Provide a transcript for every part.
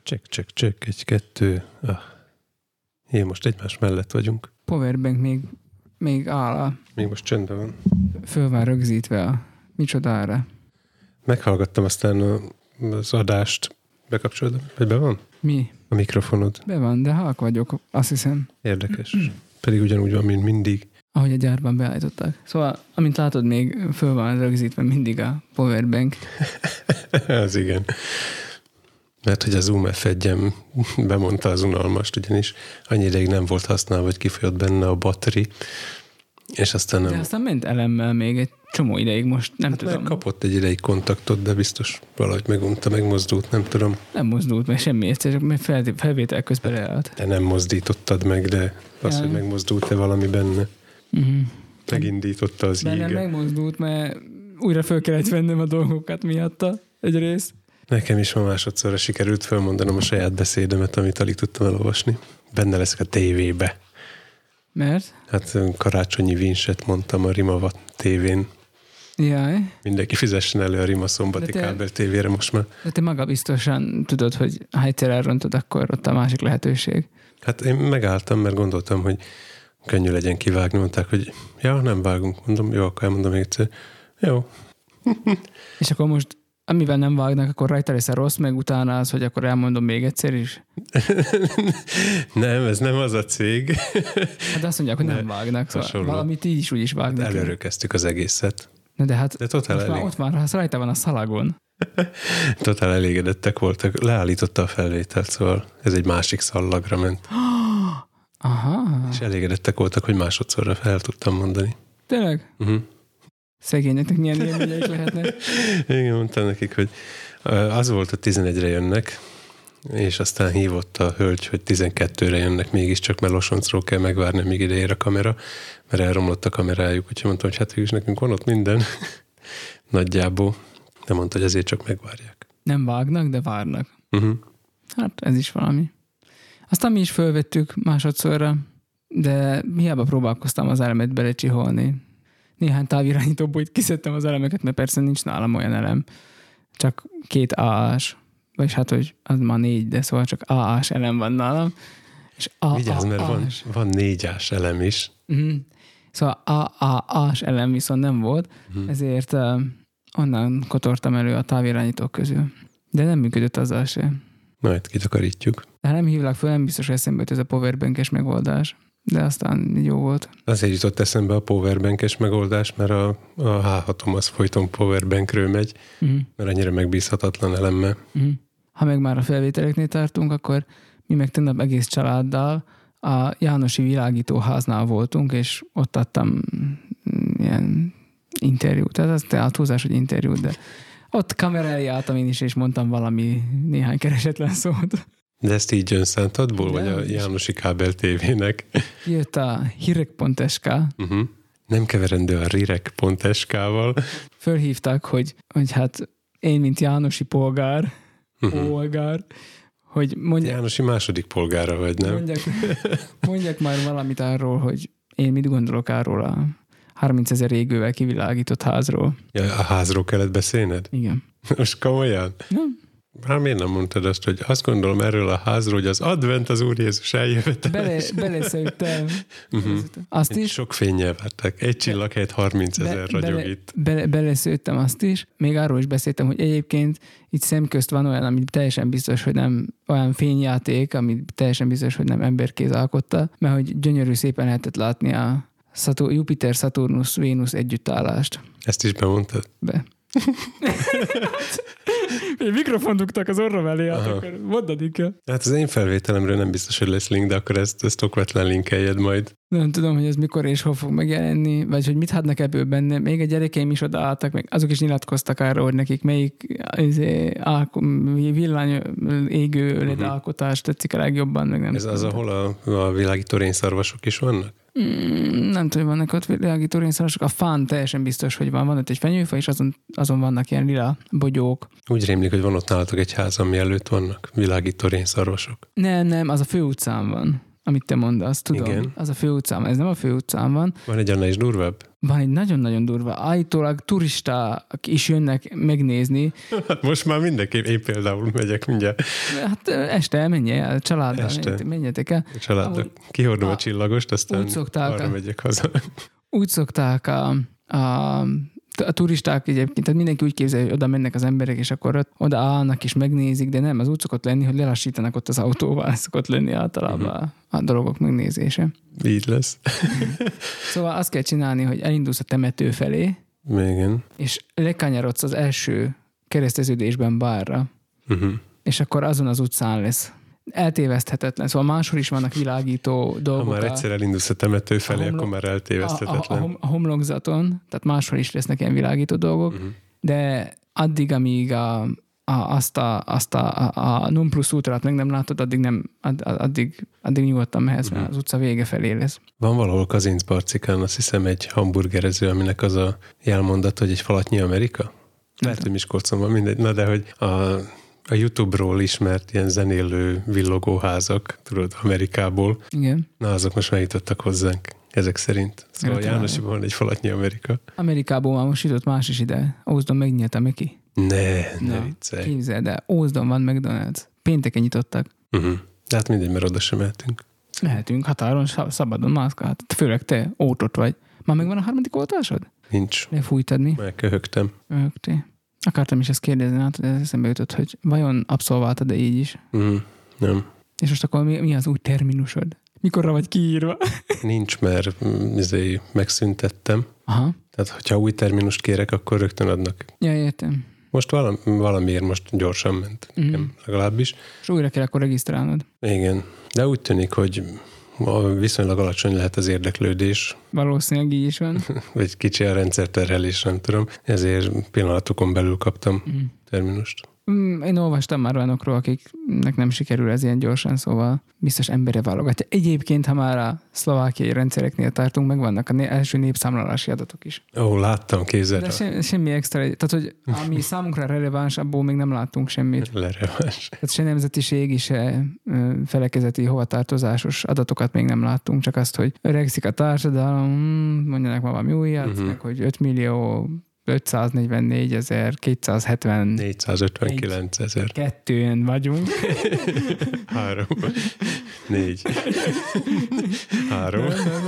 Check, 1, 2. Én most egymás mellett vagyunk. Powerbank még áll. Még most csöndben van. Föl van rögzítve micsodára. Meghallgattam aztán az adást. Bekapcsolod? Vagy be van? Mi? A mikrofonod. Be van, de halk vagyok, azt hiszem. Érdekes. Pedig ugyanúgy van, mint mindig. Ahogy a gyárban beállították. Szóval, amint látod, még föl van rögzítve mindig a powerbank. Ez igen. Mert hogy a Zoom F1-em bemondta az unalmast, ugyanis annyi ideig nem volt használva, hogy kifolyott benne a batteri, és aztán nem... De aztán ment elemmel még egy csomó ideig, most nem tudom. Kapott egy ideig kontaktot, de biztos valahogy megunta, megmozdult, nem tudom. Nem mozdult meg semmi, csak felvétel közben leállt. Te nem mozdítottad meg, de az, hogy megmozdult-e valami benne. Megindította az bennem íge. Megmozdult, mert újra föl kellett vennem a dolgokat miatta egyrészt. Nekem is ma másodszorra sikerült felmondanom a saját beszédemet, amit alig tudtam elolvasni. Benne leszek a tévébe. Mert? Hát karácsonyi vinset mondtam a Rimava tévén. Jaj. Mindenki fizessen elő a Rima szombati kábel tévére most már. De te maga biztosan tudod, hogy ha egyszer elrontod, akkor ott a másik lehetőség. Hát én megálltam, mert gondoltam, hogy könnyű legyen kivágni. Mondták, hogy ja, nem vágunk. Mondom, jó, akkor elmondom még egyszer. Jó. És akkor most amivel nem vágnak, akkor rajta lesz a rossz, meg utána az, hogy akkor elmondom még egyszer is? Nem, ez nem az a cég. Hát azt mondják, hogy nem vágnak, szóval valamit így is úgy is vágnak. Hát előről kezdtük az egészet. De hát de totál most ott már rajta van a szalagon. Totál elégedettek voltak. Leállította a felvételt, szóval ez egy másik szallagra ment. Aha. És elégedettek voltak, hogy másodszorra fel tudtam mondani. Tényleg? Szegényeknek milyen élményeik lehetnek. Igen, mondtam nekik, hogy az volt, hogy 11-re jönnek, és aztán hívott a hölgy, hogy 12-re jönnek mégiscsak, mert Losoncról kell megvárni, míg ide ér a kamera, mert elromlott a kamerájuk, úgyhogy mondtam, hogy hát is nekünk van ott minden. Nagyjából. De mondta, hogy ezért csak megvárják. Nem vágnak, de várnak. Hát ez is valami. Aztán mi is fölvettük másodszorra, de hiába próbálkoztam az elemet belecsiholni. Néhány távirányítóból itt kiszedtem az elemeket, mert persze nincs nálam olyan elem. Csak 2 AA-s. Vagyis hát, hogy az már 4, de szóval csak AA-s elem van nálam. És vigyázz, mert van 4-ás elem is. Szóval AA-s elem viszont nem volt, ezért onnan kotortam elő a távirányítók közül. De nem működött azzal se. Majd kitakarítjuk. De ha nem hívlak föl, nem biztos eszembe jut ez a powerbank-es megoldás. De aztán jó volt. Azért jutott eszembe a powerbank-es megoldás, mert a H6-om az folyton powerbankről megy, mert annyira megbízhatatlan elemmel. Ha meg már a felvételeknél tartunk, akkor mi meg tegnap egész családdal a Jánosi világítóháznál voltunk, és ott adtam ilyen interjút. Tehát az túlzás, hogy interjút, de ott kamera elé álltam én is, és mondtam valami néhány keresetlen szót. De ezt így önszántadból, vagy a Jánosi kábel tévének? Jött a hirek.sk. Nem keverendő a rirek.sk-val. Fölhívtak, hogy hát én, mint Jánosi polgár, hogy mondják... Jánosi második polgára vagy, nem? Mondják már valamit arról, hogy én mit gondolok arról a 30 000 égővel kivilágított házról. Ja, a házról kellett beszélned? Igen. Most komolyan? Nem. Hát miért nem mondtad azt, hogy azt gondolom erről a házról, hogy az advent az Úr Jézus eljövetel. Beleszőttem. Azt is. Sok fénnyel várták. Egy csillag helyett 30 000 ragyog itt. Beleszőttem azt is. Még arról is beszéltem, hogy egyébként itt szemközt van olyan, ami teljesen biztos, hogy nem olyan fényjáték, ami teljesen biztos, hogy nem emberkéz alkotta, mert hogy gyönyörű szépen lehetett látni a Jupiter-Saturnus-Vénusz együttállást. Ezt is bemondtad? Be. Egy mikrofon dugtak az orrom elé, hát akkor mondadik kell. Hát az én felvételemről nem biztos, hogy lesz link, de akkor ezt okvetlen linkeljed majd. Nem tudom, hogy ez mikor és hol fog megjelenni, vagy hogy mit hadnak ebből benne. Még a gyerekeim is odaálltak, meg azok is nyilatkoztak arra, hogy nekik melyik villany égő LED alkotás tetszik a legjobban. Meg nem ez az, ahol a világító rénszarvasok is vannak? Nem tudom, vannak ott világító rénszarvasok. A fán teljesen biztos, hogy van ott egy fenyőfa, és azon vannak ilyen lila bogyók. Úgy rémlik, hogy van ott nálatok egy ház, ami előtt vannak világító rénszarvasok. Nem, az a főutcán van. Amit te mondasz, tudom. Igen. Az a főutcán, ez nem a főutcán van. Van egy annál is durvább? van egy nagyon-nagyon durva. Állítólag turisták is jönnek megnézni. Hát most már mindenképp, én például megyek mindjárt. Hát este menjél el, családdal, menjetek el. Családdal. Kihordom a csillagost, aztán arra megyek haza. Úgy szokták a turisták egyébként, tehát mindenki úgy képzelje, hogy oda mennek az emberek, és akkor oda állnak és megnézik, de nem, az úgy szokott lenni, hogy lelassítanak ott az autóval, szokott lenni általában a dolgok megnézése. Így lesz. Szóval azt kell csinálni, hogy elindulsz a temető felé, igen, és lekanyarodsz az első kereszteződésben bárra, és akkor azon az utcán lesz. Eltéveszthetetlen. Szóval máshol is vannak világító dolgok. Ha már egyszer elindulsz a temető felé, akkor már eltéveszthetetlen. A homlokzaton, tehát máshol is lesznek ilyen világító dolgok, de addig, amíg azt a non plus ultrát meg nem látod, addig nyugodtan mehetsz, mert az utca vége felé lesz. Van valahol Kazincbarcikán, azt hiszem, egy hamburgerező, aminek az a jelmondat, hogy egy falatnyi Amerika? Lehet, hogy Miskolcon van, mindegy. Na, de hogy a YouTube-ról ismert ilyen zenélő villogóházak, tudod, Amerikából. Igen. Na, azok most megjutottak hozzánk, ezek szerint. Szóval Jánosiban van egy falatnyi Amerika. Amerikából már most jutott más is ide. Ózdon megnyílt Meki. Ne viccelj. Képzeld el, Ózdon van McDonald's. Pénteken nyitottak. De hát mindegy, mert oda sem mehetünk. Mehetünk, határon, szabadon mászkálhat. Főleg te, ótot vagy. Már megvan a harmadik oltásod? Nincs. Lefújtad mi? Megköhögtem. Akartam is ezt kérdezni, hát ez eszembe jutott, hogy vajon abszolváltad-e így is? Nem. És most akkor mi az új terminusod? Mikorra vagy kiírva? Nincs, mert megszüntettem. Aha. Tehát, hogyha új terminust kérek, akkor rögtön adnak. Ja, értem. Most valamiért most gyorsan ment. Nekem legalábbis. És újra kell akkor regisztrálnod. Igen. De úgy tűnik, hogy viszonylag alacsony lehet az érdeklődés. Valószínűleg így is van. Vagy kicsi a rendszerterhelés, nem tudom. Ezért pillanatokon belül kaptam terminust. Én olvastam már olyanokról, akiknek nem sikerül ez ilyen gyorsan, szóval biztos embere válogatja. Egyébként, ha már a szlovákiai rendszereknél tartunk, meg vannak az első népszámlálási adatok is. Ó, láttam, képzeld. De semmi extra, tehát hogy ami számunkra releváns, abból még nem láttunk semmit. Releváns. Tehát se nemzetiségi, se felekezeti hovatartozásos adatokat még nem láttunk, csak azt, hogy öregszik a társadalom, mondjanak ma valami újat, meg hogy 5 millió 544 270 459 000. Kettőn vagyunk. 3. 4. 3.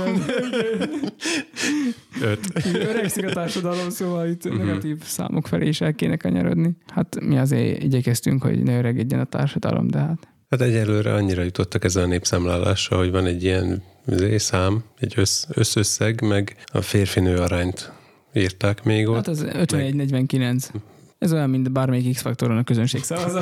5. Öregszik a társadalom, szóval itt negatív számok felé is el kéne kanyarodni. Hát mi azért igyekeztünk, hogy ne öregedjen a társadalom, de hát... Hát egyelőre annyira jutottak ezzel a népszámlálásra, hogy van egy ilyen szám, egy összösszeg, meg a férfinő arányt írták még ott. Hát az 51-49. Ez olyan, mint bármelyik X-faktoron a közönségszavazat.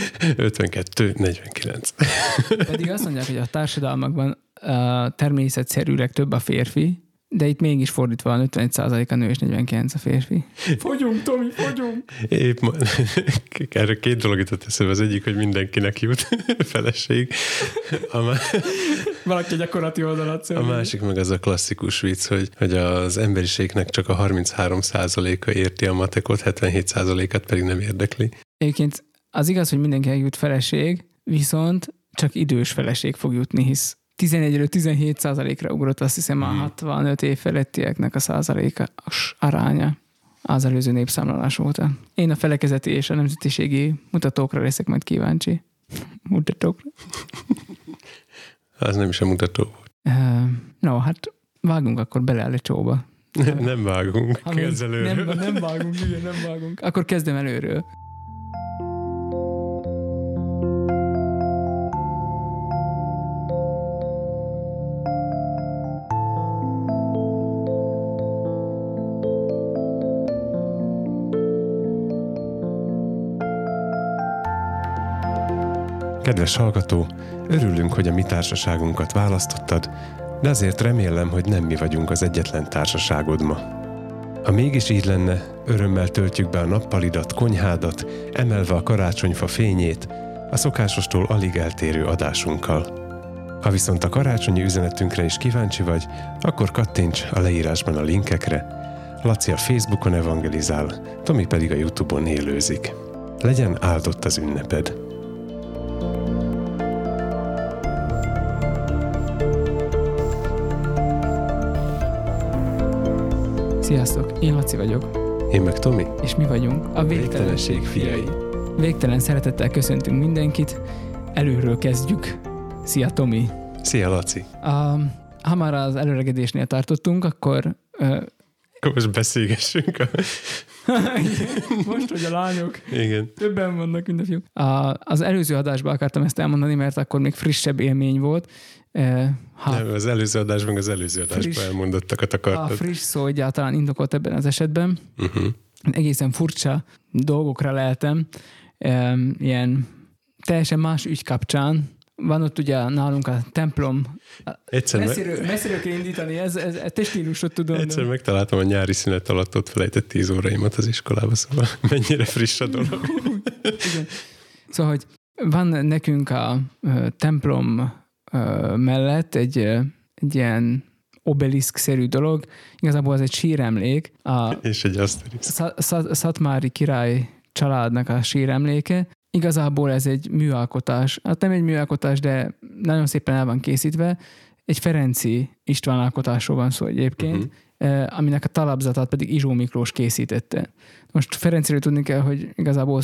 52-49. Pedig azt mondják, hogy a társadalmakban természetszerűleg több a férfi, de itt mégis fordítva van 51% a nő és 49 a férfi. Fogyunk, Tomi, fogyunk! Épp erre 2 dolog jutott eszembe. Az egyik, hogy mindenkinek jut feleség. Valaki egy gyakorlati oldalat szemben. A másik meg az a klasszikus vicc, hogy az emberiségnek csak a 33%-a érti a matekot, 77%-át pedig nem érdekli. Egyébként az igaz, hogy mindenkinek jut feleség, viszont csak idős feleség fog jutni, hisz 11-ről 17%-ra ugrott, azt hiszem a 65 év felettieknek a százalékos aránya az előző népszámlálás óta. Én a felekezeti és a nemzetiségi mutatókra leszek majd kíváncsi. Mutatókra? Az nem is a mutató volt. No, hát vágunk akkor bele a lecsóba. Nem vágunk. Kezd előről. Nem vágunk, igen, nem vágunk. Akkor kezdem előről. Kedves hallgató, örülünk, hogy a mi társaságunkat választottad, de azért remélem, hogy nem mi vagyunk az egyetlen társaságod ma. Ha mégis így lenne, örömmel töltjük be a nappalidat, konyhádat, emelve a karácsonyfa fényét, a szokásostól alig eltérő adásunkkal. Ha viszont a karácsonyi üzenetünkre is kíváncsi vagy, akkor kattints a leírásban a linkekre. Laci a Facebookon evangelizál, Tomi pedig a YouTube-on élőzik. Legyen áldott az ünneped! Sziasztok, én Laci vagyok. Én meg Tomi. És mi vagyunk a Végtelenség fiai. Végtelen szeretettel köszöntünk mindenkit. Előről kezdjük. Szia Tomi. Szia Laci. Ha már az előregedésnél tartottunk, akkor most beszélgessünk. Most, hogy a lányok Igen. többen vannak, mint a fiúk. Az előző adásban akartam ezt elmondani, mert akkor még frissebb élmény volt. Nem, az előző adásban elmondottakat akartad. A friss szó egyáltalán indokolt ebben az esetben. Egészen furcsa dolgokra leltem. Ilyen teljesen más ügy kapcsán. Van ott ugye nálunk a templom. Messziről kell indítani, ez te stílusot tudom. Egyszer megtaláltam a nyári szünet alatt, ott felejtett 10 óráimat az iskolába, szóval mennyire friss a dolog. Igen. Szóval, hogy van nekünk a templom mellett egy obeliszk-szerű dolog. Igazából az egy síremlék. És egy aszterisz. Szatmári király családnak a síremléke. Igazából ez egy műalkotás. Hát nem egy műalkotás, de nagyon szépen el van készítve. Egy Ferenczy István alkotásról van szó egyébként, aminek a talapzatát pedig Izsó Miklós készítette. Most Ferenciről tudni kell, hogy igazából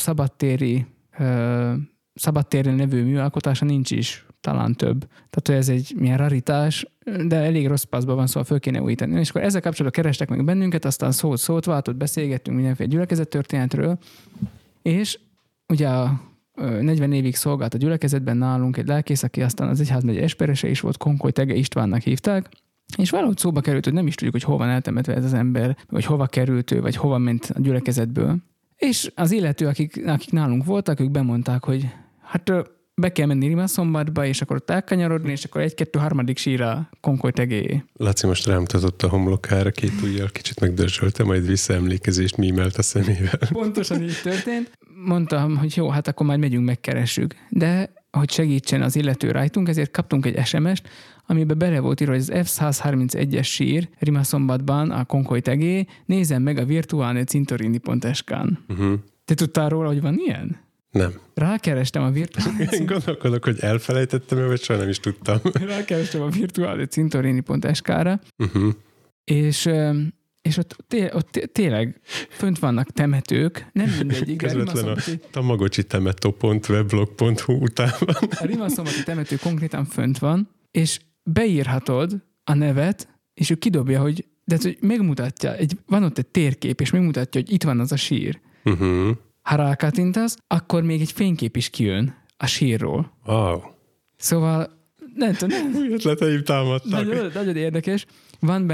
szabadtéren nevű műalkotása nincs is, talán több. Tehát ez egy milyen raritás, de elég rossz paszban van, szóval föl kéne újítani. És akkor ezzel kapcsolatban kerestek meg bennünket, aztán szót váltott, beszélgettünk mindenféle gyülekezettörténetről, és ugye a 40 évig szolgált a gyülekezetben nálunk egy lelkész, aki aztán az egyházmegye esperese is volt, Konkoly Tege Istvánnak hívták, és valahogy szóba került, hogy nem is tudjuk, hogy hova van eltemetve ez az ember, vagy hova került ő, vagy hova ment a gyülekezetből. És az illető, akik nálunk voltak, ők bemondták, hogy hát be kell menni Rimaszombatba, és akkor ott elkanyarodni, és akkor 1-2-3. síra Konkoly Tegéjé. Laci most rámutatott a homlokára, 2 ujjal kicsit megdörzsölte, majd visszaemlékezést mímelt a szemével. Pontosan így történt. Mondtam, hogy jó, hát akkor majd megyünk, megkeressük. De hogy segítsen az illető rajtunk, ezért kaptunk egy SMS-t, amiben bele volt írva, hogy az F131-es sír Rimaszombatban a Konkoly Tegéjé, nézem meg a virtuálne cintorini.sk-n. Te tudtál róla, hogy van ilyen? Nem. Rákerestem a virtuális... Én gondolkodok, hogy elfelejtettem, vagy soha nem is tudtam. Rákerestem a virtuális cintorini.sk-ra, és ott tényleg fönt vannak temetők, nem mindegyik. Közvetlen a tamagocsi-temetó.weblog.hu után van. A rimaszombathi temető konkrétan fönt van, és beírhatod a nevet, és ő kidobja, hogy megmutatja, van ott egy térkép, és megmutatja, hogy itt van az a sír. Ha rákattintasz, akkor még egy fénykép is kijön a sírról. Wow. Szóval, nem tudom. Új ötleteim támadtak. Nagyon érdekes. Van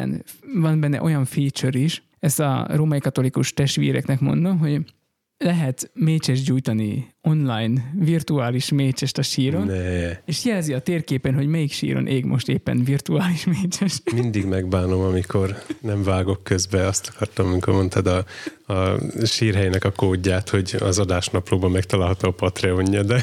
benne olyan feature is, ezt a római katolikus testvéreknek mondom, hogy lehet mécsest gyújtani online, virtuális mécsest a síron, és jelzi a térképen, hogy melyik síron ég most éppen virtuális mécsest. Mindig megbánom, amikor nem vágok közbe. Azt akartam, amikor mondtad a sírhelynek a kódját, hogy az adásnaplóban megtalálható a Patreonja, de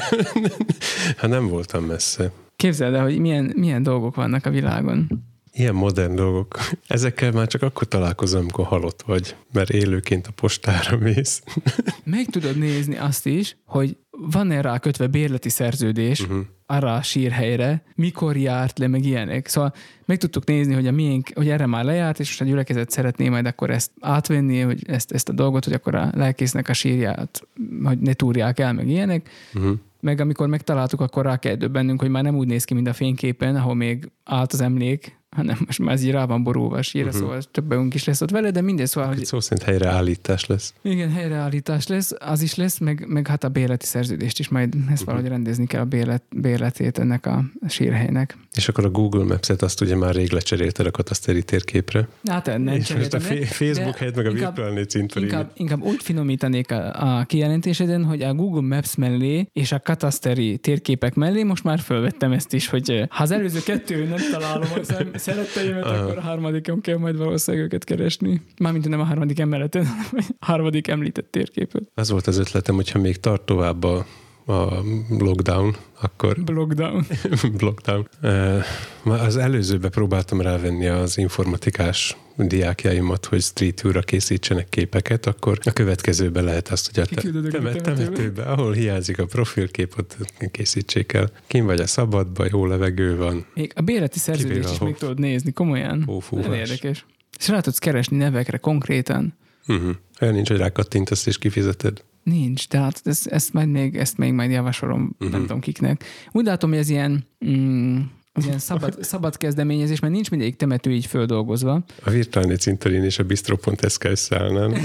hát nem voltam messze. Képzeld el, hogy milyen dolgok vannak a világon. Ilyen modern dolgok. Ezekkel már csak akkor találkozom, amikor halott vagy, mert élőként a postára mész. Meg tudod nézni azt is, hogy van-e rá kötve bérleti szerződés arra a sírhelyre, mikor járt le, meg ilyenek. Szóval meg tudtuk nézni, hogy erre már lejárt, és most a gyülekezet szeretné majd akkor ezt átvenni, hogy ezt a dolgot, hogy akkor a lelkésznek a sírját, hogy ne túrják el, meg ilyenek. Meg amikor megtaláltuk, akkor rá kell döbbennünk, hogy már nem úgy néz ki, mint a fényképen, ahol még állt az emlék, hanem most már ez így rá van borulva a sírra, szóval többünk is lesz ott vele, de mindegy, szóval... Hogy... Szó szerint helyreállítás lesz. Igen, helyreállítás lesz, az is lesz, meg hát a bérleti szerződést is majd ezt valahogy rendezni kell a bérletét ennek a sírhelynek. És akkor a Google Maps-et azt ugye már rég lecserélted a kataszteri térképre. Hát nem és most a Facebook helyett meg a virtuálné cintorini. Inkább úgy finomítanék a kijelentéseden, hogy a Google Maps mellé és a kataszteri térképek mellé most már fölvettem ezt is, hogy ha az előző 2 nem találom a szeretteimet, akkor a 3. kell majd valószínűleg őket keresni. Mármint nem a 3. emeleten, hanem a 3. említett térképet. Az volt az ötletem, hogyha még tart tovább a lockdown, akkor... Blockdown. Az előzőbe próbáltam rávenni az informatikás diákjaimat, hogy Street View-ra készítsenek képeket, akkor a következőben lehet azt, hogy a temetőbe, ahol hiányzik a profilkép, ott készítsék el. Kim vagy a szabadba, jó levegő van. Még a bérleti szerződést is még tudod nézni, komolyan. Ófúvás. Érdekes. És rá tudsz keresni nevekre konkrétan. Olyan nincs, hogy rákattintasz és kifizeted. Nincs, de hát ezt még majd javasolom, nem tudom kiknek. Úgy látom, hogy ez ilyen szabad kezdeményezés, mert nincs mindegyik temető így földolgozva. A Virtuálné Cintorin és a Bistro.sk összeállnán.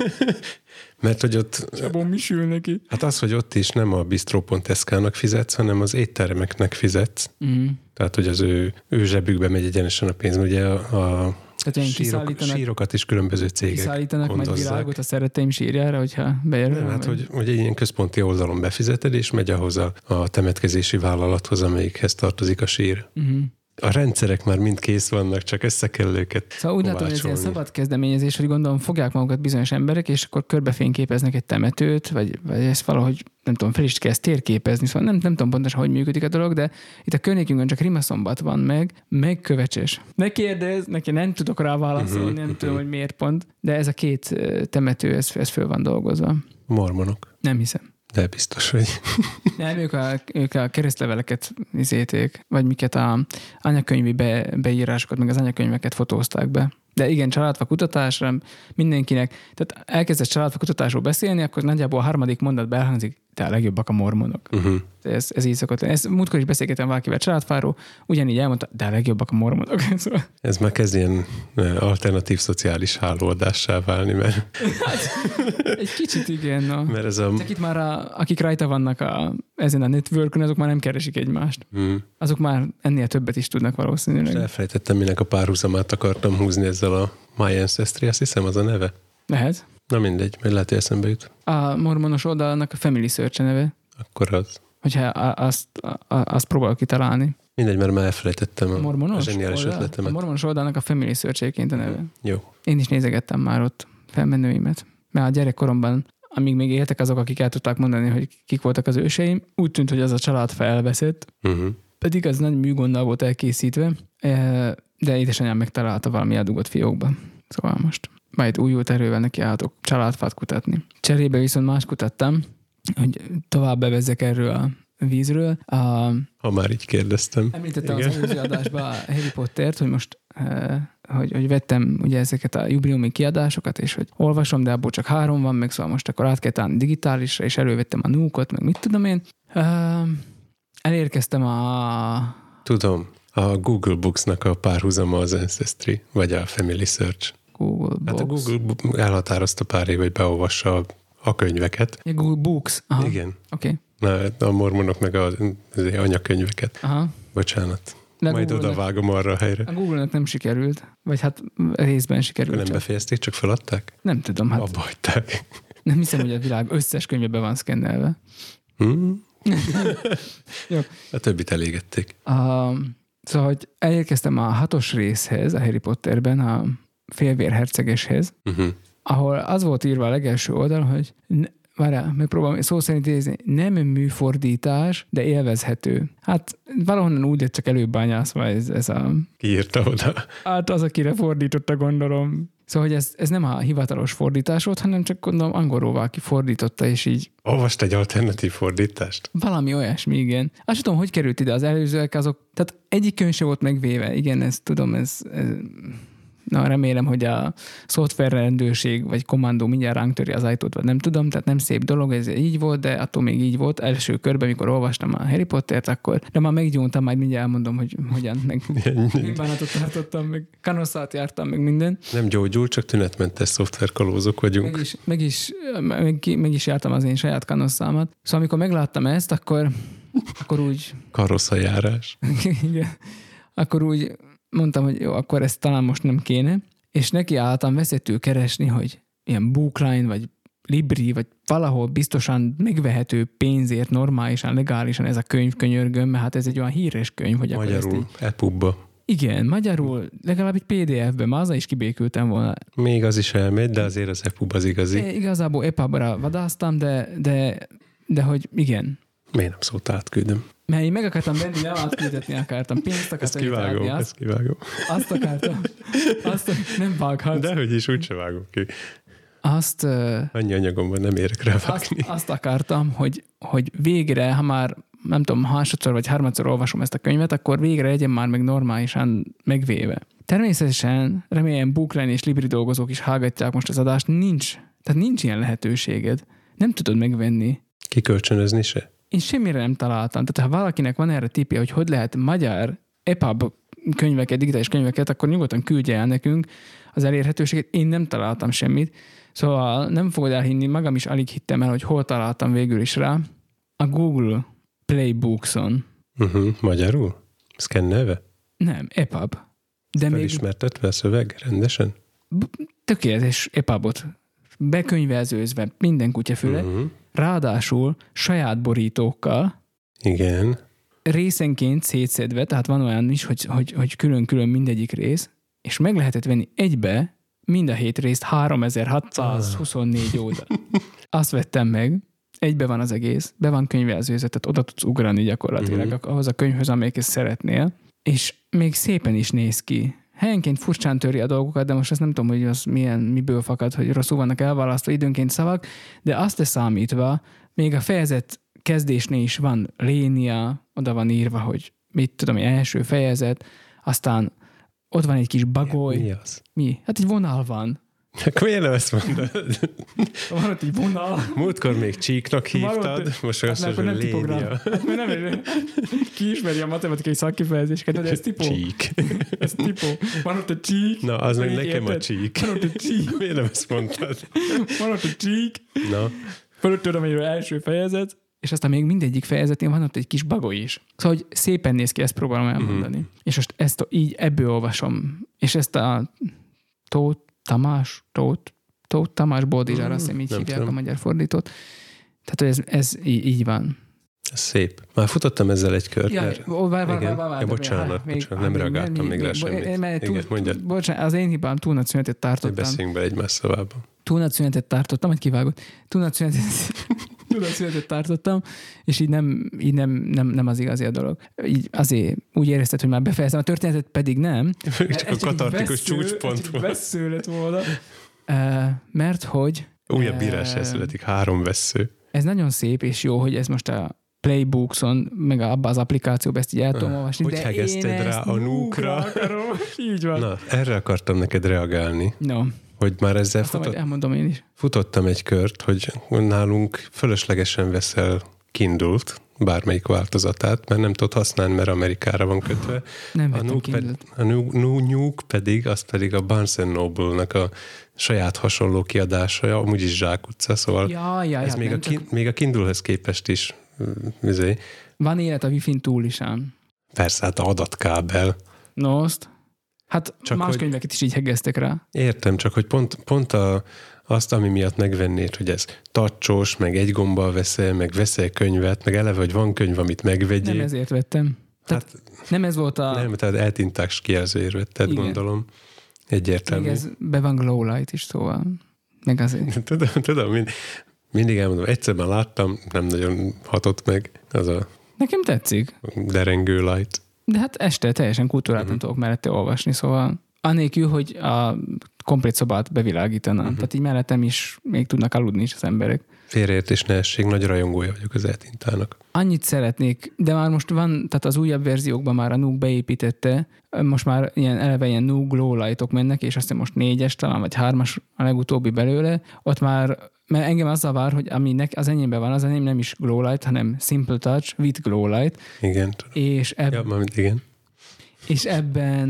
Mert hogy ott... Csabon mi sül neki? Hát az, hogy ott is nem a Bistro.sk-nak fizetsz, hanem az éttermeknek fizetsz. Tehát, hogy az ő zsebükbe megy egyenesen a pénz. Ugye a sírokat is különböző cégek kiszállítanak gondozzák. majd virágot a szeretteim sírjára, hogyha bejelöl? Hát, hogy egy ilyen központi oldalon befizeted, és megy ahhoz a temetkezési vállalathoz, amelyikhez tartozik a sír. A rendszerek már mind kész vannak, csak össze kell őket Szóval úgy látom, hogy ez ilyen szabad kezdeményezés, hogy gondolom fogják magukat bizonyos emberek, és akkor körbefényképeznek egy temetőt, vagy ezt valahogy, nem tudom, fel is kell ezt térképezni, szóval nem tudom pontosan, hogy működik a dolog, de itt a környékünkön csak Rimaszombat van meg Kövecses. Ne kérdezz, neki nem tudok rá válaszolni, nem tudom, hogy miért pont, de ez a két temető, ez föl van dolgozva. Mormonok. Nem hiszem. De biztos, hogy... Nem, ők a keresztleveleket izéték, vagy miket a anyakönyvi beírásokat, meg az anyakönyveket fotózták be. De igen, családfa kutatásra mindenkinek, tehát elkezdett családfa kutatásról beszélni, akkor nagyjából a harmadik mondatban elhangzik, de a legjobbak a mormonok. Ez így szokott lenni. Múltkor is beszélgettem valakivel családfáról, ugyanígy elmondta, de a legjobbak a mormonok. Ez már kezd ilyen alternatív szociális hálóadássá válni, mert... Hát, egy kicsit igen, no. Mert ez csak itt már akik rajta vannak ezen a networkön, azok már nem keresik egymást. Azok már ennél többet is tudnak valószínűleg. És elfelejtettem, minek a párhuzamát akartam húzni ezzel a My Ancestry, azt hiszem az a neve. Lehet. Na mindegy, mert lehet, hogy eszembe jut. A mormonos oldalnak a Family Search neve. Akkor az. Hogyha azt próbálok kitalálni. Mindegy, mert már elfelejtettem a zseniális ötletemet. A mormonos oldalnak a Family Search-éként a neve. Jó. Én is nézegettem már ott felmenőimet. Mert a gyerekkoromban, amíg még éltek azok, akik el tudták mondani, hogy kik voltak az őseim, úgy tűnt, hogy az a család felveszett. Pedig az nagy műgonddal volt elkészítve, de édesanyám megtalálta valami eldugott fiókba. Szóval most majd újult erővel neki álltok családfát kutatni. Cserébe viszont más kutattam, hogy tovább bevezzek erről a vízről. Ha már így kérdeztem. Említettem az előző adásban a Harry Pottert, hogy most hogy vettem ugye ezeket a jubileumi kiadásokat, és hogy olvasom, de abból csak 3 van, meg szóval most akkor át kell állni digitálisra, és elővettem a Nookot, meg mit tudom én. Elérkeztem Tudom, a Google Books-nak a párhuzama az Ancestry, vagy a Family Search. Google Books. Hát a Google elhatározta pár év, hogy beolvassa a könyveket. A Google Books. Aha. Igen. Oké. A mormonok meg az anyakönyveket. Aha. Bocsánat. Majd odavágom arra a helyre. A Google-nek nem sikerült. Vagy hát részben sikerült. Nem befejezték, csak feladták? Nem tudom. Hát abba hagyták. Nem hiszem, hogy a világ összes könyve be van szkennelve. Jó. A többit elégették. Szóval, hogy elérkeztem a 6. részhez, a Harry Potterben, a félvérhercegeshez, ahol az volt írva a legelső oldal, hogy várjál, megpróbálom szó szerint idézni, nem műfordítás, de élvezhető. Hát valahonnan úgy lett csak előbányászva ez a... Ki írta oda? Hát az, akire fordította, gondolom. Szóval, hogy ez nem a hivatalos fordítás volt, hanem csak gondolom angolról valaki fordította, és így... Olvast egy alternatív fordítást? Valami olyasmi, igen. Azt tudom, hogy került ide az előzőek, azok... Tehát egyik könyv sem volt megvéve. Igen, ezt tudom, ez na, remélem, hogy a szoftverrendőrség vagy kommandó mindjárt ránk töri az ajtót, vagy nem tudom, tehát nem szép dolog, ez így volt, de attól még így volt. Első körben, amikor olvastam a Harry Pottert, akkor, de már meggyóntam, majd mindjárt elmondom, hogy hogyan, meg bánatot tartottam, meg kanosszát jártam, meg minden. Nem gyógyul, csak tünetmentes szoftverkalózok vagyunk. Meg is jártam az én saját kanosszámat. Szóval amikor megláttam ezt, akkor úgy... Karosszajárás. Igen. Akkor úgy mondtam, hogy jó, akkor ezt talán most nem kéne, és neki álltam veszettül keresni, hogy ilyen Bookline, vagy Libri, vagy valahol biztosan megvehető pénzért normálisan, legálisan ez a könyv könyörgöm, mert hát ez egy olyan híres könyv, hogy magyarul, EPUB-ba. Igen, magyarul, legalább egy PDF-ben, már azzal is kibékültem volna. Még az is elmegy, de azért az EPUB az igazi. Igazából EPUB-ra vadáztam, de hogy igen. Miért nem szólt átküldöm? Mert én meg akartam venni, nem átküldetni akartam. Pénzt akartam. Ezt kivágom. Azt akartam. Nem vághatsz. Dehogy is, úgyse vágom ki. Annyi anyagom van, nem érek rá vágni. Azt akartam, hogy végre, ha már nem tudom, másodszor vagy harmadszor olvasom ezt a könyvet, akkor végre legyen már meg normálisan megvéve. Természetesen remélem Bookline és Libri dolgozók is hallgatják most az adást. Tehát nincs ilyen lehetőséged. Nem tudod megvenni. Kikölcsönözni se? Én semmire nem találtam. Tehát ha valakinek van erre tippje, hogy lehet magyar EPUB könyveket, digitális könyveket, akkor nyugodtan küldje el nekünk az elérhetőséget. Én nem találtam semmit. Szóval nem fogod elhinni, magam is alig hittem el, hogy hol találtam végül is rá. A Google Play Bookson. Magyarul? Szkennelve? Nem, EPUB. De felismertetve a szöveg rendesen? Tökéletes EPUB-ot bekönyvezőzve minden kutyafüle, ráadásul saját borítókkal. Igen. Részenként szétszedve, tehát van olyan is, hogy külön-külön mindegyik rész, és meg lehetett venni egybe mind a 7 részt 3624 oldal. Azt vettem meg, egybe van az egész, be van könyvelzőzve, tehát oda tudsz ugrani gyakorlatilag ahhoz a könyvhöz, amelyiket szeretnél, és még szépen is néz ki. Helyenként furcsán töri a dolgokat, de most azt nem tudom, hogy az miből fakad, hogy rosszul vannak elválasztva időnként szavak, de azt leszámítva, még a fejezet kezdésnél is van lénia, oda van írva, hogy mit tudom, első fejezet, aztán ott van egy kis bagoly. Mi az? Mi? Hát egy vonal van. Akkor miért nem ezt mondod? Van ott egy vonal. Múltkor még csíknak hívtad, most azt mondod, hogy lénia. Hát nem ki ismeri a matematikai szakkifejezéseket, de ez tipó. Csík. Ez tipó. Van ott a csík. Na, az meg nekem a csík. Van ott a csík. Miért nem ezt mondtad? Van ott a csík. Na. Fölött tudom, hogy első fejezet, és aztán még mindegyik fejezetén van ott egy kis bagoly is. Szóval, hogy szépen néz ki, ezt próbálom elmondani. És most ezt így ebből olvasom. És ezt a Tóth Tamás Boldizsára, azt hiszem így hívják a magyar fordítót. Tehát, hogy ez így van. Ez szép. Már futottam ezzel egy kört. Várj. Bocsánat, nem reagáltam még rá semmit. Igen, mondjad. Bocsánat, az én hibám, túl nagy szünetet tartottam. Beszéljünk be egymás szavában. Túl nagy szünetet tartottam, hogy kivágott. Túl nagy szünetet tartottam, és így nem az igazi a dolog. Így azért úgy érezted, hogy már befejeztem a történetet, pedig nem. Csak a katartikus csúcspont volt. Vessző lett volna. Mert hogy... Újabb írás születik, 3 vessző. Ez nagyon szép és jó, hogy ez most a Playbooks-on, meg abban az applikációban ezt így el tudom olvasni. Hogy hegeszted rá a Nuukra? Így van. Na, erre akartam neked reagálni. No. Hogy már ezzel elmondom én is. Futottam egy kört, hogy nálunk fölöslegesen veszel Kindle-t, bármelyik változatát, mert nem tudod használni, mert Amerikára van kötve. Nem vettem Kindle-t. A Nuuk pedig, az pedig a Barnes & Noble-nak a saját hasonló kiadása, amúgy is zsákutca, szóval ez még a Kindle-hez képest is van élet a Wi-Fi-n túl is ám. Persze, hát adatkábel. No, azt. Hát csak más könyveket is így hegeztek rá. Értem, csak hogy pont azt, ami miatt megvennéd, hogy ez tacsos, meg egy gombbal veszel, meg veszel könyvet, meg eleve, hogy van könyv, amit megvegyél. Nem ezért vettem. Tehát nem ez volt a... Nem, tehát eltintás kijelzőért vetted, igen. Gondolom. Egyértelmű. Még ez be van Glowlight is, szóval meg azért. Tudom, mindig elmondom, egyszer már láttam, nem nagyon hatott meg az a... Nekem tetszik. Derengő light. De hát este teljesen kultúráltan tudok mellette olvasni, szóval anélkül, hogy a komplet szobát bevilágítanám. Tehát így mellettem is még tudnak aludni is az emberek. Félreértés ne essék, nagy rajongója vagyok az eltintának. Annyit szeretnék, de már most van, tehát az újabb verziókban már a Nuuk beépítette, most már eleve ilyen Nuuk Glowlight-ok mennek, és azt hiszem most 4-es talán, vagy 3-as a legutóbbi belőle. Ott már, mert engem az zavar, hogy ami az enyémben van, az enyém nem is Glowlight, hanem Simple Touch with Glowlight. Igen. És igen. És ebben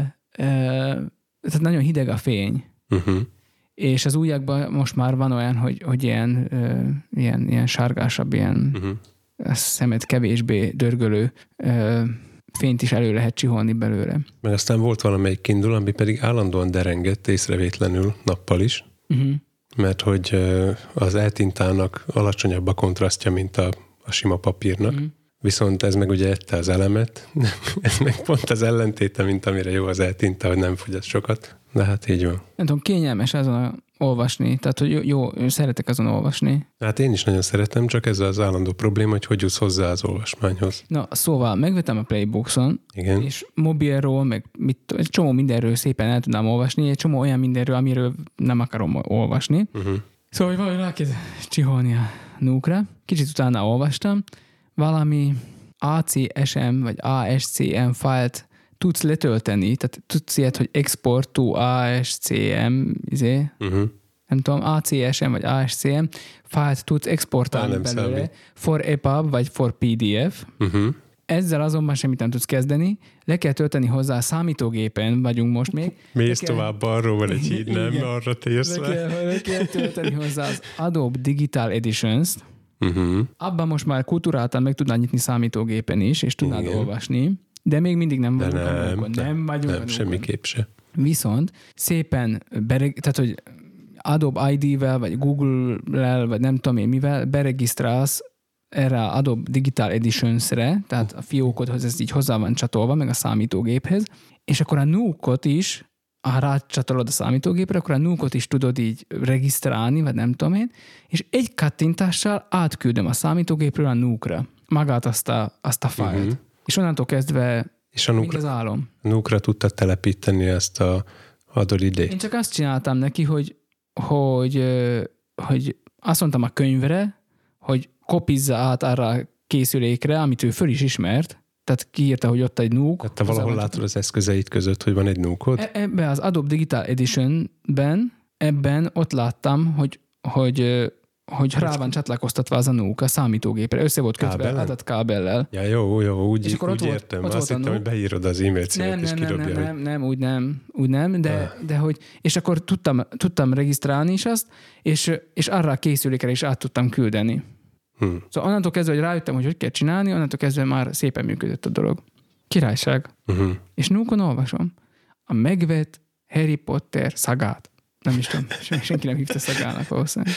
tehát nagyon hideg a fény. És az újakban most már van olyan, hogy ilyen sárgásabb, ilyen a szemet kevésbé dörgölő fényt is elő lehet csiholni belőle. Meg aztán volt valamelyik Kindle, ami pedig állandóan derengett észrevétlenül nappal is, mert hogy az eltintának alacsonyabb a kontrasztja, mint a sima papírnak. Viszont ez meg ugye ette az elemet, ez meg pont az ellentéte, mint amire jó az eltinta, hogy nem fogyaszt sokat, de hát így van. Nem tudom, kényelmes azon olvasni, tehát hogy jó, szeretek azon olvasni. Hát én is nagyon szeretem, csak ez az állandó probléma, hogy jutsz hozzá az olvasmányhoz. Na, szóval megvettem a Playbooks-on, igen. És mobilról, meg egy csomó mindenről szépen el tudnám olvasni, egy csomó olyan mindenről, amiről nem akarom olvasni. Szóval, hogy valahogy rá kell csiholni a Nuukra. Kicsit utána olvastam, valami ACSM vagy ASCM fájlt tudsz letölteni, tehát tudsz ilyet, hogy export to ASCM, nem tudom, ACSM vagy ASCM, fájlt tudsz exportálni belőle számít. for EPUB vagy for PDF. Ezzel azonban semmit nem tudsz kezdeni, le kell tölteni hozzá a számítógépen, vagyunk most még. Mész tovább, arról van egy híd, nem arra térsz le kell tölteni hozzá az Adobe Digital Editions-t. Abban most már kulturáltan meg tudnál nyitni számítógépen is, és tudnád olvasni, de még mindig nem vagyunk a Nuke-on. Nem vagyunk a Nuke-on. Semmiképp se. Viszont szépen, tehát hogy Adobe ID-vel, vagy Google-lel, vagy nem tudom én mivel beregisztrálsz erre a Adobe Digital Editions-re, tehát a fiókodhoz ez így hozzá van csatolva, meg a számítógéphez, és akkor a Nuke-ot is, ha rácsatolod a számítógépre, akkor a Nuke-ot is tudod így regisztrálni, vagy nem tudom én, és egy kattintással átküldöm a számítógépről a Nuke-ra magát azt a fájlt. És onnantól kezdve és a mind az álom. Nuke-ra tudtad telepíteni ezt a Adobe ID-t. Én csak azt csináltam neki, hogy azt mondtam a könyvre, hogy kopizza át arra a készülékre, amit ő föl is ismert, tehát kiírta, hogy ott egy Nuke. Hát te valahol látod az eszközeid között, hogy van egy Nuke-od? Ebben az Adobe Digital Edition-ben ott láttam, hogy rá van csatlakoztatva az a Nuke a számítógépre. Össze volt kötve adatkábellel. Ja, jó, úgy értem. Azt hittem, hogy beírod az e-mail címet, és kidobja. Nem, úgy nem, de hogy, és akkor tudtam regisztrálni is azt, és arra a készülékre is át tudtam küldeni. Szóval onnantól kezdve, hogy rájöttem, hogy kell csinálni, onnantól kezdve már szépen működött a dolog. Királyság. És Nuke-on olvasom a megvett Harry Potter szagát. Nem is tudom, senki nem hívta szagának valószínűleg.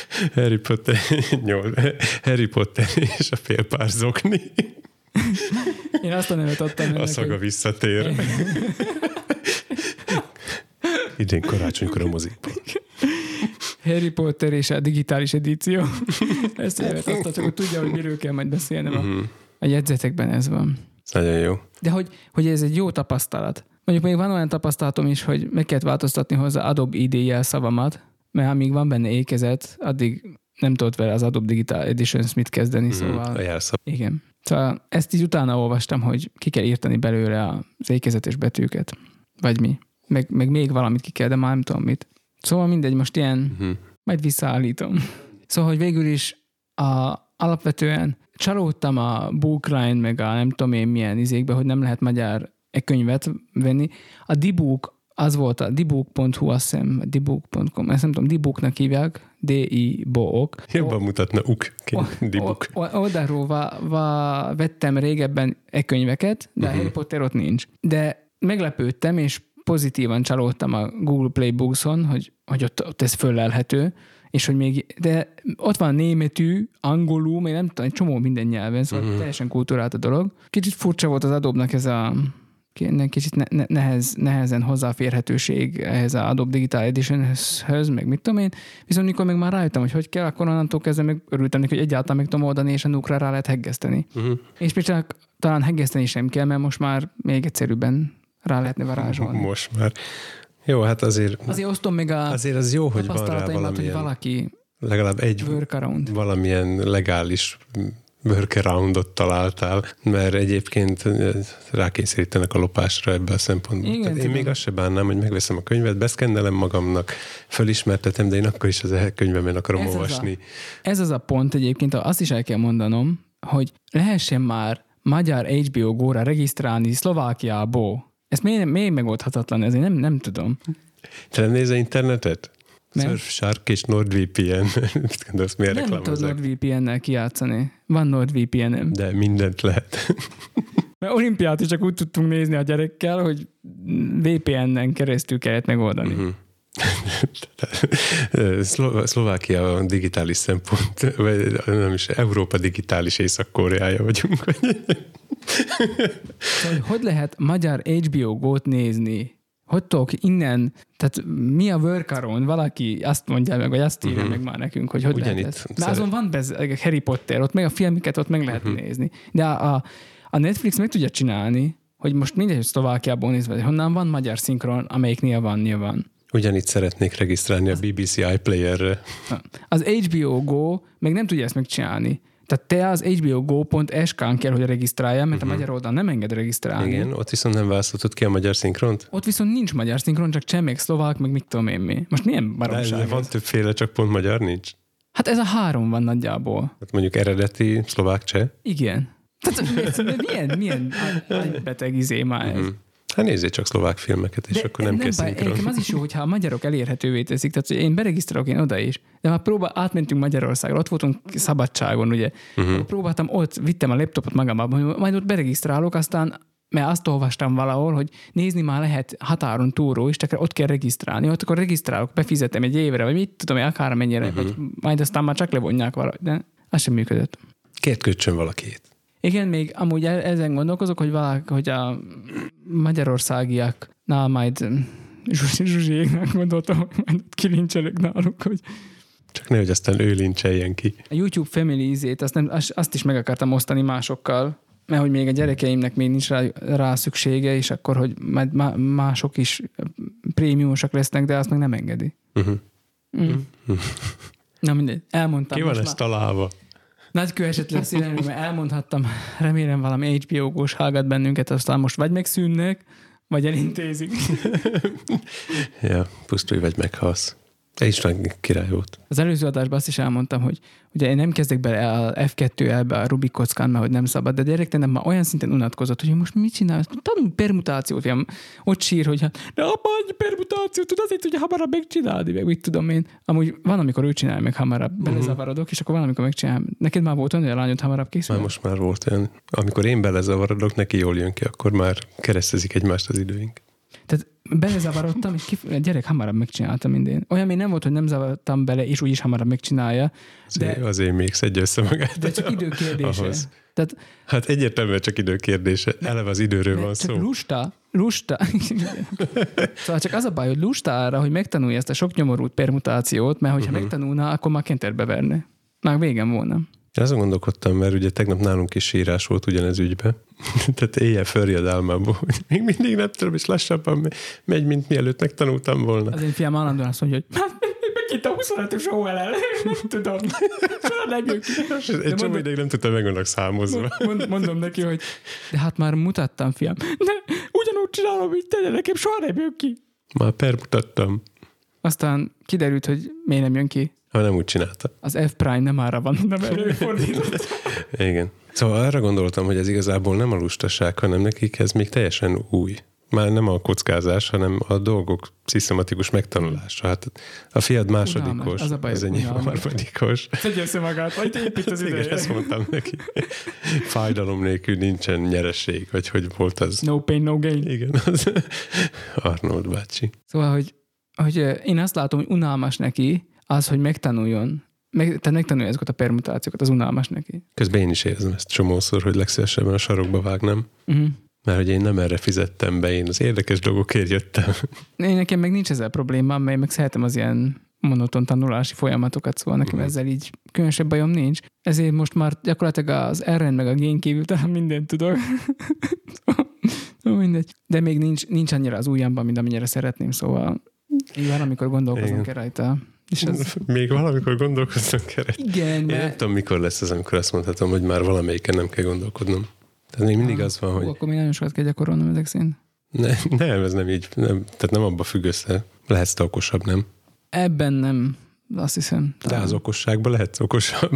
Harry Potter és a félpár zokni. Én azt a nevet adtam ennek, a szaga visszatér. Idén karácsonykor a mozikban. Harry Potter és a digitális edíció. Ezt a nevet adtam, csak hogy tudja, hogy miről kell majd beszélnem. A jegyzetekben ez van. Ez nagyon jó. De hogy ez egy jó tapasztalat. Mondjuk még van olyan tapasztalatom is, hogy meg kellett változtatni hozzá Adobe ID jelszavamat, mert amíg van benne ékezet, addig nem tudott vele az Adobe Digital Editions mit kezdeni, szóval... A jelszav. Igen. Szóval ezt így utána olvastam, hogy ki kell írtani belőle az ékezetes betűket. Vagy mi. Meg még valamit ki kell, de már nem tudom mit. Szóval mindegy, most ilyen, majd visszaállítom. Szóval, hogy végül is alapvetően csalódtam a Bookline, meg a nem tudom én milyen izékbe, hogy nem lehet magyar könyvet venni. A D-Book, az volt a dbook.hu, azt hiszem, dbook.com, ezt nem tudom, D-Booknak hívják, D-I-B-O-O-K. Jobban mutatna D-Book. Oldalról vettem régebben könyveket, de Harry Potter ott nincs. De meglepődtem, és pozitívan csalódtam a Google Play Books-on, hogy ott ez föllelhető, és hogy még, de ott van németű, angolul, még nem tudom, egy csomó minden nyelven, szóval teljesen kultúrált a dolog. Kicsit furcsa volt az Adobe-nak ez a kicsit nehezen hozzáférhetőség ehhez az Adobe Digital Edition-höz, meg mit tudom én. Viszont mikor meg már rájöttem, hogy kell, akkor onnantól kezdve meg örültem neki, hogy egyáltalán meg tudom oldani, és a Nuke-ra rá lehet heggeszteni. És csak talán heggeszteni sem kell, mert most már még egyszerűbben rá lehetne varázsolni. Most már. Jó, hát azért osztom meg azért az jó, hogy van rá valamilyen, hogy valaki legalább egy workaround. Valamilyen legális workaroundot találtál, mert egyébként rákényszerítenek a lopásra ebben a szempontból. Igen, én még azt se bánnám, hogy megveszem a könyvet, beszkennelem magamnak, fölismertetem, de én akkor is az könyvemen akarom olvasni. Ez az a pont egyébként, azt is el kell mondanom, hogy lehessen már magyar HBO Go-ra regisztrálni Szlovákiából. Ez miért megoldhatatlan? Ez én nem tudom. Te nem nézel internetet? Surfshark és NordVPN. Azt miért nem tudod NordVPN-nel kijátszani. Van NordVPN-em. De mindent lehet. Mert olimpiát is csak úgy tudtunk nézni a gyerekkel, hogy VPN-en keresztül kellett megoldani. Szlovákia digitális szempont, vagy nem is, Európa digitális Észak-Koreája vagyunk. Hogy lehet magyar HBO Go-t nézni? Hogy tudok innen, tehát mi a workaround? Valaki azt mondja meg, vagy azt írja meg már nekünk, hogy lehet ez. De azon van Harry Potter, ott meg a filmiket ott meg lehet nézni. De a Netflix meg tudja csinálni, hogy most mindegy, hogy Szlovákiából nézve, honnan van magyar szinkron, amelyiknél van nyilván. Ugyanitt szeretnék regisztrálni a BBC iPlayer-re. Az HBO Go meg nem tudja ezt megcsinálni. Tehát te az hbogo.sk-n kell, hogy regisztráljál, mert a magyar oldalon nem enged regisztrálni. Igen, ott viszont nem választhatod ki a magyar szinkront? Ott viszont nincs magyar szinkron, csak cseh, meg szlovák, meg mit tudom én mi. Most milyen baromság De van többféle, csak pont magyar nincs? Hát ez a 3 van nagyjából. Hát mondjuk eredeti szlovák cseh? Igen. Tehát milyen beteg izé már ez. Hát nézzél csak szlovák filmeket, és akkor nem kell szinkron. Nekem az is jó, hogyha a magyarok elérhetővé teszik. Tehát hogy én beregisztrálok én oda is. De már átmentünk Magyarországra, ott voltunk szabadságon, ugye. Próbáltam ott, vittem a laptopot magamban, majd ott beregisztrálok, aztán mert azt olvastam valahol, hogy nézni már lehet határon túlról is, csak ott kell regisztrálni. Ott akkor regisztrálok, befizetem egy évre, vagy mit tudom, akármennyire, vagy majd aztán már csak levonják valahogy. De az sem működött. Kért kötsön valakit. Igen, még amúgy ezen gondolkozok, hogy a magyarországiaknál majd Zsuzsiéknak gondoltam, hogy majd kilincselek náluk, hogy... Csak nehogy aztán ő lincseljen ki. A YouTube Family ízét, azt is meg akartam osztani másokkal, mert hogy még a gyerekeimnek még nincs rá szüksége, és akkor, hogy majd mások is prémiumosak lesznek, de azt meg nem engedi. Na mindegy, elmondtam. Ki van ezt találva? Nagy kőeset lesz irányú, mert elmondhattam, remélem valami HBO-gós hallgat bennünket, aztán most vagy megszűnnek, vagy elintézik. Ja, pusztulj vagy meghalsz. István király volt. Az előző adásban azt is elmondtam, hogy ugye én nem kezdek bele a F2-elbe a Rubik kockán, mert hogy nem szabad, de a gyerektenem már olyan szinten unatkozott, hogy most mit csinálsz? Tanulj permutációt, ott sír, hogy de apa, egy permutációt, tud azért, hogy hamarabb megcsinálni, meg mit tudom én. Amúgy van, amikor ő csinálja meg hamarabb, belezavarodok, és akkor van, amikor megcsinálja. Neked már volt olyan, hogy a lányod hamarabb készül? Most már volt olyan. Amikor én belezavarodok, neki jól jön ki, akkor már keresztezik egymást az időink. Tehát belezavarodtam, és a gyerek hamarabb megcsinálta mindén. Olyan még nem volt, hogy nem zavarodtam bele, és úgyis hamarabb megcsinálja. De azért még szedje össze magát. De csak idő kérdése. Tehát, hát egyértelműen csak idő kérdése. Eleve az időről van szó. Lusta. Szóval csak az a baj, hogy lusta arra, hogy megtanulja ezt a sok nyomorult permutációt, mert hogyha megtanulná, akkor már kenterbe verne. Már végem volna. Én azon gondolkodtam, mert ugye tegnap nálunk is sírás volt ugyanez ügybe. Tehát éjjel fölriad álmából, hogy még mindig nem tudom, és lassabban megy, mint mielőtt megtanultam volna. Az én fiam állandóan azt mondja, hogy megint a 25-ös OLL, nem tudom. Egy csomó ideig nem tudtam, meg vannak számozva. Mondom neki, hogy de hát már mutattam, fiam. De ugyanúgy csinálom, mint te, de nekem soha nem jön ki. Már permutattam. Aztán kiderült, hogy miért nem jön ki. Ha nem úgy csinálta. Az F-prime nem arra van, nem előfordított. Igen. Szóval arra gondoltam, hogy ez igazából nem a lustaság, hanem nekik ez még teljesen új. Már nem a kockázás, hanem a dolgok szisztematikus megtanulása. Hát a fiad másodikos, az enyém harmadikos. Szedj össze magát, vagy épít az ideje. Ezt mondtam neki. Fájdalom nélkül nincsen nyereség, vagy hogy volt az. No pain, no gain. Igen, az Arnold bácsi. Szóval, hogy én azt látom, hogy unalmas neki az, hogy megtanuljon. Tehát megtanulja ezeket a permutációkat, az unalmas neki. Közben én is érzem ezt csomószor, hogy legszívesebben a sarokba vágnám. Mert hogy én nem erre fizettem be, én az érdekes dolgokért jöttem. Én nekem meg nincs ezzel problémám, mert meg szeretem az ilyen monoton tanulási folyamatokat, szóval nekem ezzel így különösebb bajom nincs. Ezért most már gyakorlatilag az R-en meg a gén kívül talán mindent tudok. Mindegy. De még nincs annyira az ujjamban, mint amennyire szeretném, szóval így van, amikor gondolkozom kell rajta. És ez... Még valamikor gondolkoznom kell. Igen, én nem tudom, mikor lesz az, amikor azt mondhatom, hogy már valamelyiken nem kell gondolkodnom. Tehát még mindig az van, hogy... Akkor még nagyon sokat kell gyakorolnom ezek szerint. Nem, ez nem így. Nem, tehát nem abba függ össze. Lehetsz te okosabb, nem? Ebben nem, azt hiszem. De az okosságban lehetsz okosabb.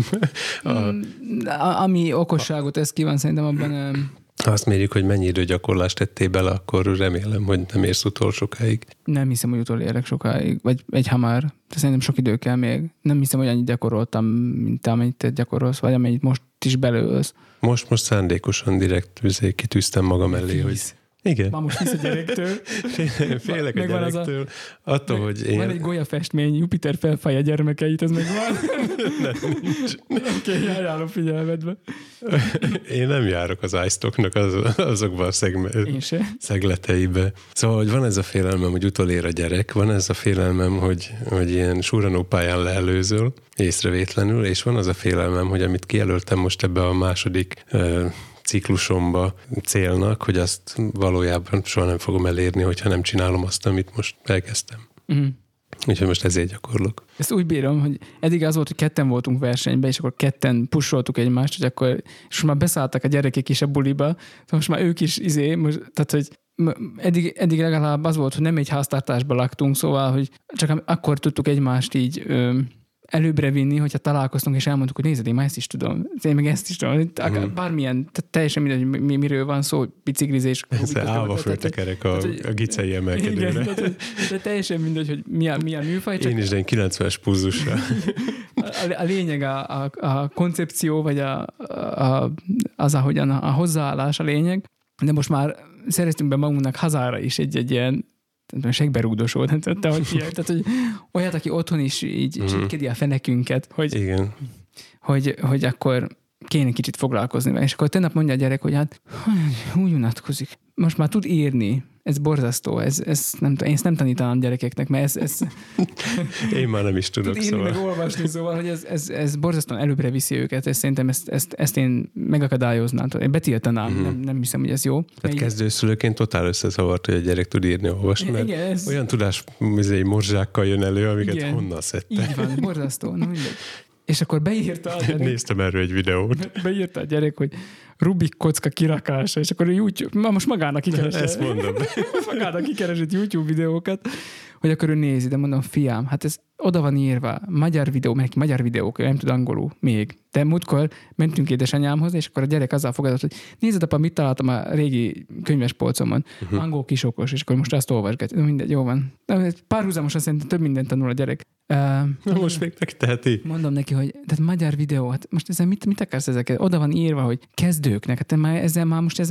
Ami okosságot tesz ki van, szerintem abban nem... Ha azt mérjük, hogy mennyi időgyakorlást tettél bele, akkor remélem, hogy nem érsz utol sokáig. Nem hiszem, hogy utolérek sokáig, vagy egy hamar. De szerintem sok idő kell még. Nem hiszem, hogy annyit gyakoroltam, mint amennyit te gyakorolsz, vagy amennyit most is belőlsz. Most szándékosan direkt kitűztem magam elé, hogy... Igen. Már most hisz a gyerektől. Félek a gyerektől. Attól, hogy én... Van egy golyafestmény, Jupiter felfalja gyermekeit, ez meg van. Nem, nincs. Oké, ajánlom figyelmedbe. Én nem járok az iStocknak azokban a szegleteibe. Szóval, hogy van ez a félelmem, hogy utolér a gyerek, van ez a félelmem, hogy ilyen súranópályán leelőzöl, észrevétlenül, és van az a félelmem, hogy amit kijelöltem most ebbe a második ciklusomba célnak, hogy azt valójában soha nem fogom elérni, hogyha nem csinálom azt, amit most elkezdtem. Úgyhogy most ezért gyakorlok. Ezt úgy bírom, hogy eddig az volt, hogy ketten voltunk versenyben, és akkor ketten pusoltuk egymást, hogy akkor, és most már beszálltak a gyerekek is a buliba, most már ők is tehát, hogy eddig legalább az volt, hogy nem egy háztartásban laktunk, szóval, hogy csak akkor tudtuk egymást így előbbre vinni, hogyha találkoztunk, és elmondtuk, hogy nézd, én már ezt is tudom, én meg ezt is tudom. Bármilyen, teljesen mindegy, hogy miről van szó, biciklizés. Állva föltekerek a gicei emelkedőre. Igen, de teljesen mindegy, hogy milyen műfaj. Én is, de én 90-es pulzusra. A lényeg, a koncepció, vagy az, ahogyan a hozzáállás a lényeg, de most már szereztünk be magunknak hazára is egy ilyen segberúdosó, tehát, hogy olyat, aki otthon is így csipkedi a fenekünket, hogy akkor kéne kicsit foglalkozni vele. És akkor tegnap mondja a gyerek, hogy hát úgy unatkozik. Most már tud írni. Ez borzasztó. Ez nem tudom, én ezt nem tanítanám gyerekeknek, mert ez én már nem is tudok, tud írni, szóval. meg olvasni, szóval, hogy ez borzasztóan előbbre viszi őket. És szerintem ezt én megakadályoznám. Én betiltanám. Nem hiszem, hogy ez jó. Tehát kezdőszülőként totál összezavart, hogy a gyerek tud írni, olvasni, mert igen, olyan tudás morzsákkal jön elő, amiket igen, honnan szedte. Így van, borzasztó. Na, mindegy. És akkor beírta a gyerek. Néztem erről egy videót. Beírta a gyerek, hogy Rubik kocka kirakása, és akkor YouTube, most magának kikeresett. Ezt mondom. Magának kikeresett YouTube videókat, hogy akkor ő nézi, de mondom, fiam, hát ez oda van írva, magyar videó, mert neki magyar videók, ő nem tud angolul még. De múltkor mentünk édesanyámhoz, és akkor a gyerek azzal fogadott, hogy nézd, apa, mit találtam a régi könyvespolcomon. Angol kisokos, és akkor most azt olvasgatja. Mindegy, jó van. Párhuzamosan szerintem több mindent tanul a gyerek. Most még teheti. Mondom neki, hogy tehát magyar videó, hát most ezzel mit akarsz ezeket? Oda van írva, hogy kezdőknek, hát ezzel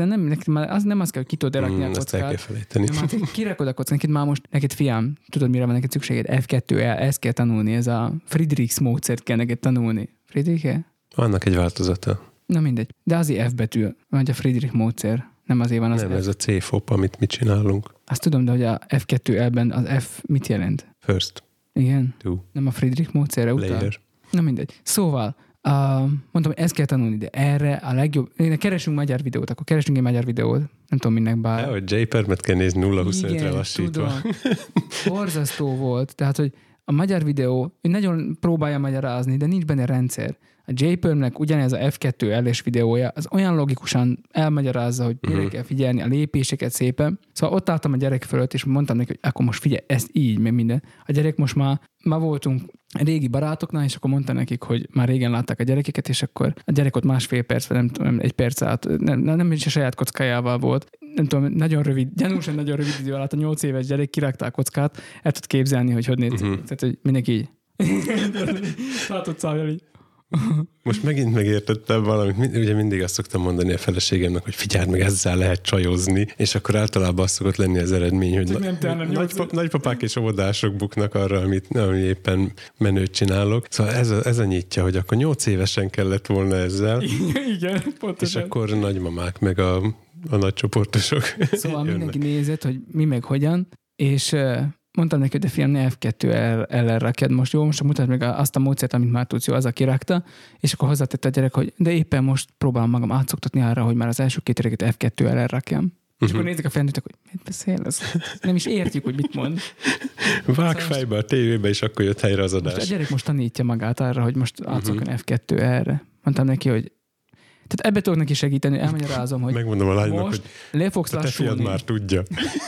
nem az kell, hogy ki tudod rakni a kockát. Ezt el kell felejteni. Kirakod a kockát, neked már most, neked fiam, tudod, mire van neked szükséged? F2-el, ezt kell tanulni, ez a Friedrichs módszert kell neked tanulni. Friedrich-e? Vannak egy változata. Na mindegy. De azért F betű, vagy a Friedrich módszer. Nem azért van az nem, F. ez a C-fop, amit mi csinálunk. Azt tudom, de hogy a F2-elben az F mit jelent? First. Igen? Two. Nem a Friedrich módszerre utal? Later. Na mindegy. Szóval, mondtam, ezt kell tanulni, de erre a legjobb... Keresünk magyar videót, akkor keresünk egy magyar videót. Nem tudom, minek bár. Ja, hogy JPEG-et kell nézni 0-25-re lassítva. Tudom. Borzasztó volt. Tehát, hogy a magyar videó, hogy nagyon próbálja magyarázni, de nincs benne rendszer. A JPEG-nek ugyanez a F2L-es videója, az olyan logikusan elmagyarázza, hogy mire kell figyelni, a lépéseket szépen. Szóval ott álltam a gyerek fölött, és mondtam neki, hogy akkor most figyelj, ez így, meg minden. A gyerek most már voltunk régi barátoknál, és akkor mondtam nekik, hogy már régen látták a gyerekeket, és akkor a gyerek ott másfél perc, vagy nem tudom, egy perc át, nem is a saját kockájával volt. Nem tudom, nagyon rövid, gyanúsan nagyon rövid idő alatt a 8 éves gyerek kirakta a kockát, el tud képzelni, hogy néz. Tehát, hogy mindenki így. Látott szájjal így. Most megint megértettem valamit. Ugye mindig azt szoktam mondani a feleségemnek, hogy figyeld meg, ezzel lehet csajozni, és akkor általában az szokott lenni az eredmény, hogy nagypapák és óvodások buknak arra, ami éppen menőt csinálok. Szóval ez a nyitja, hogy akkor 8 évesen kellett volna ezzel. Igen, pontosan. És akkor nagymamák meg a nagycsoportosok. Szóval mindenki nézett, hogy mi meg hogyan, és mondtam neki, hogy de fiam, ne F2-el rakjad most, jó, most mutasd meg azt a módszert, amit már tudsz, jó, az a kirakta, és akkor hozzátette a gyerek, hogy de éppen most próbálom magam átszoktatni arra, hogy már az első 2 reggelt F2-el rakjam. És akkor nézik a felnőttek, hogy mit beszél, nem is értjük, hogy mit mond. Vág fejbe a tévébe, és akkor jött helyre az adás. Most a gyerek most tanítja magát arra, hogy most átszokjon F2-re. Mondtam neki, hogy tehát ebbe tudok neki segíteni, elmagyarázom, hogy megmondom a lánynak, most le fogsz lassulni. Te fiad már tudja.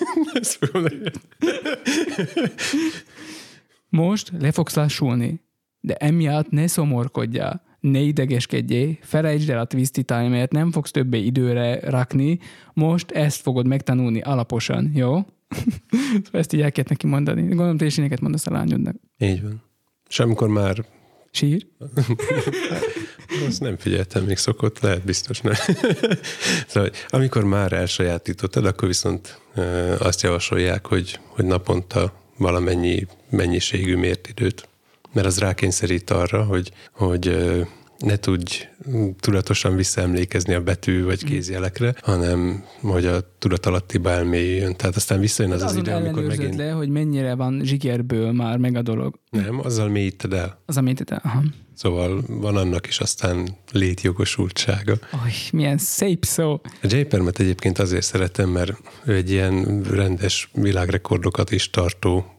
Most le fogsz lassulni, de emiatt ne szomorkodjál, ne idegeskedjél, felejtsd el a twisty time-et, nem fogsz többé időre rakni, most ezt fogod megtanulni alaposan, jó? Ezt így el kellett neki mondani. Gondolom, te is éneket mondasz a lányodnak. Így van. És amikor már sír? Azt nem figyeltem, még szokott, lehet biztos, nem. Szóval, amikor már elsajátítottad, akkor viszont azt javasolják, hogy naponta valamennyi mennyiségű mért időt, mert az rákényszerít arra, hogy ne tudj tudatosan visszaemlékezni a betű vagy kézjelekre, hanem hogy a tudatalattiba elmélyüljön. Tehát aztán visszajön az idő, amikor megint... le, hogy mennyire van zsigerből már meg a dolog. Nem, azzal mélyíted el. Azzal mélyíted el, aha. Szóval van annak is aztán létjogosultsága. Milyen szép szó. A JPEG-et egyébként azért szeretem, mert ő egy ilyen rendes világrekordokat is tartó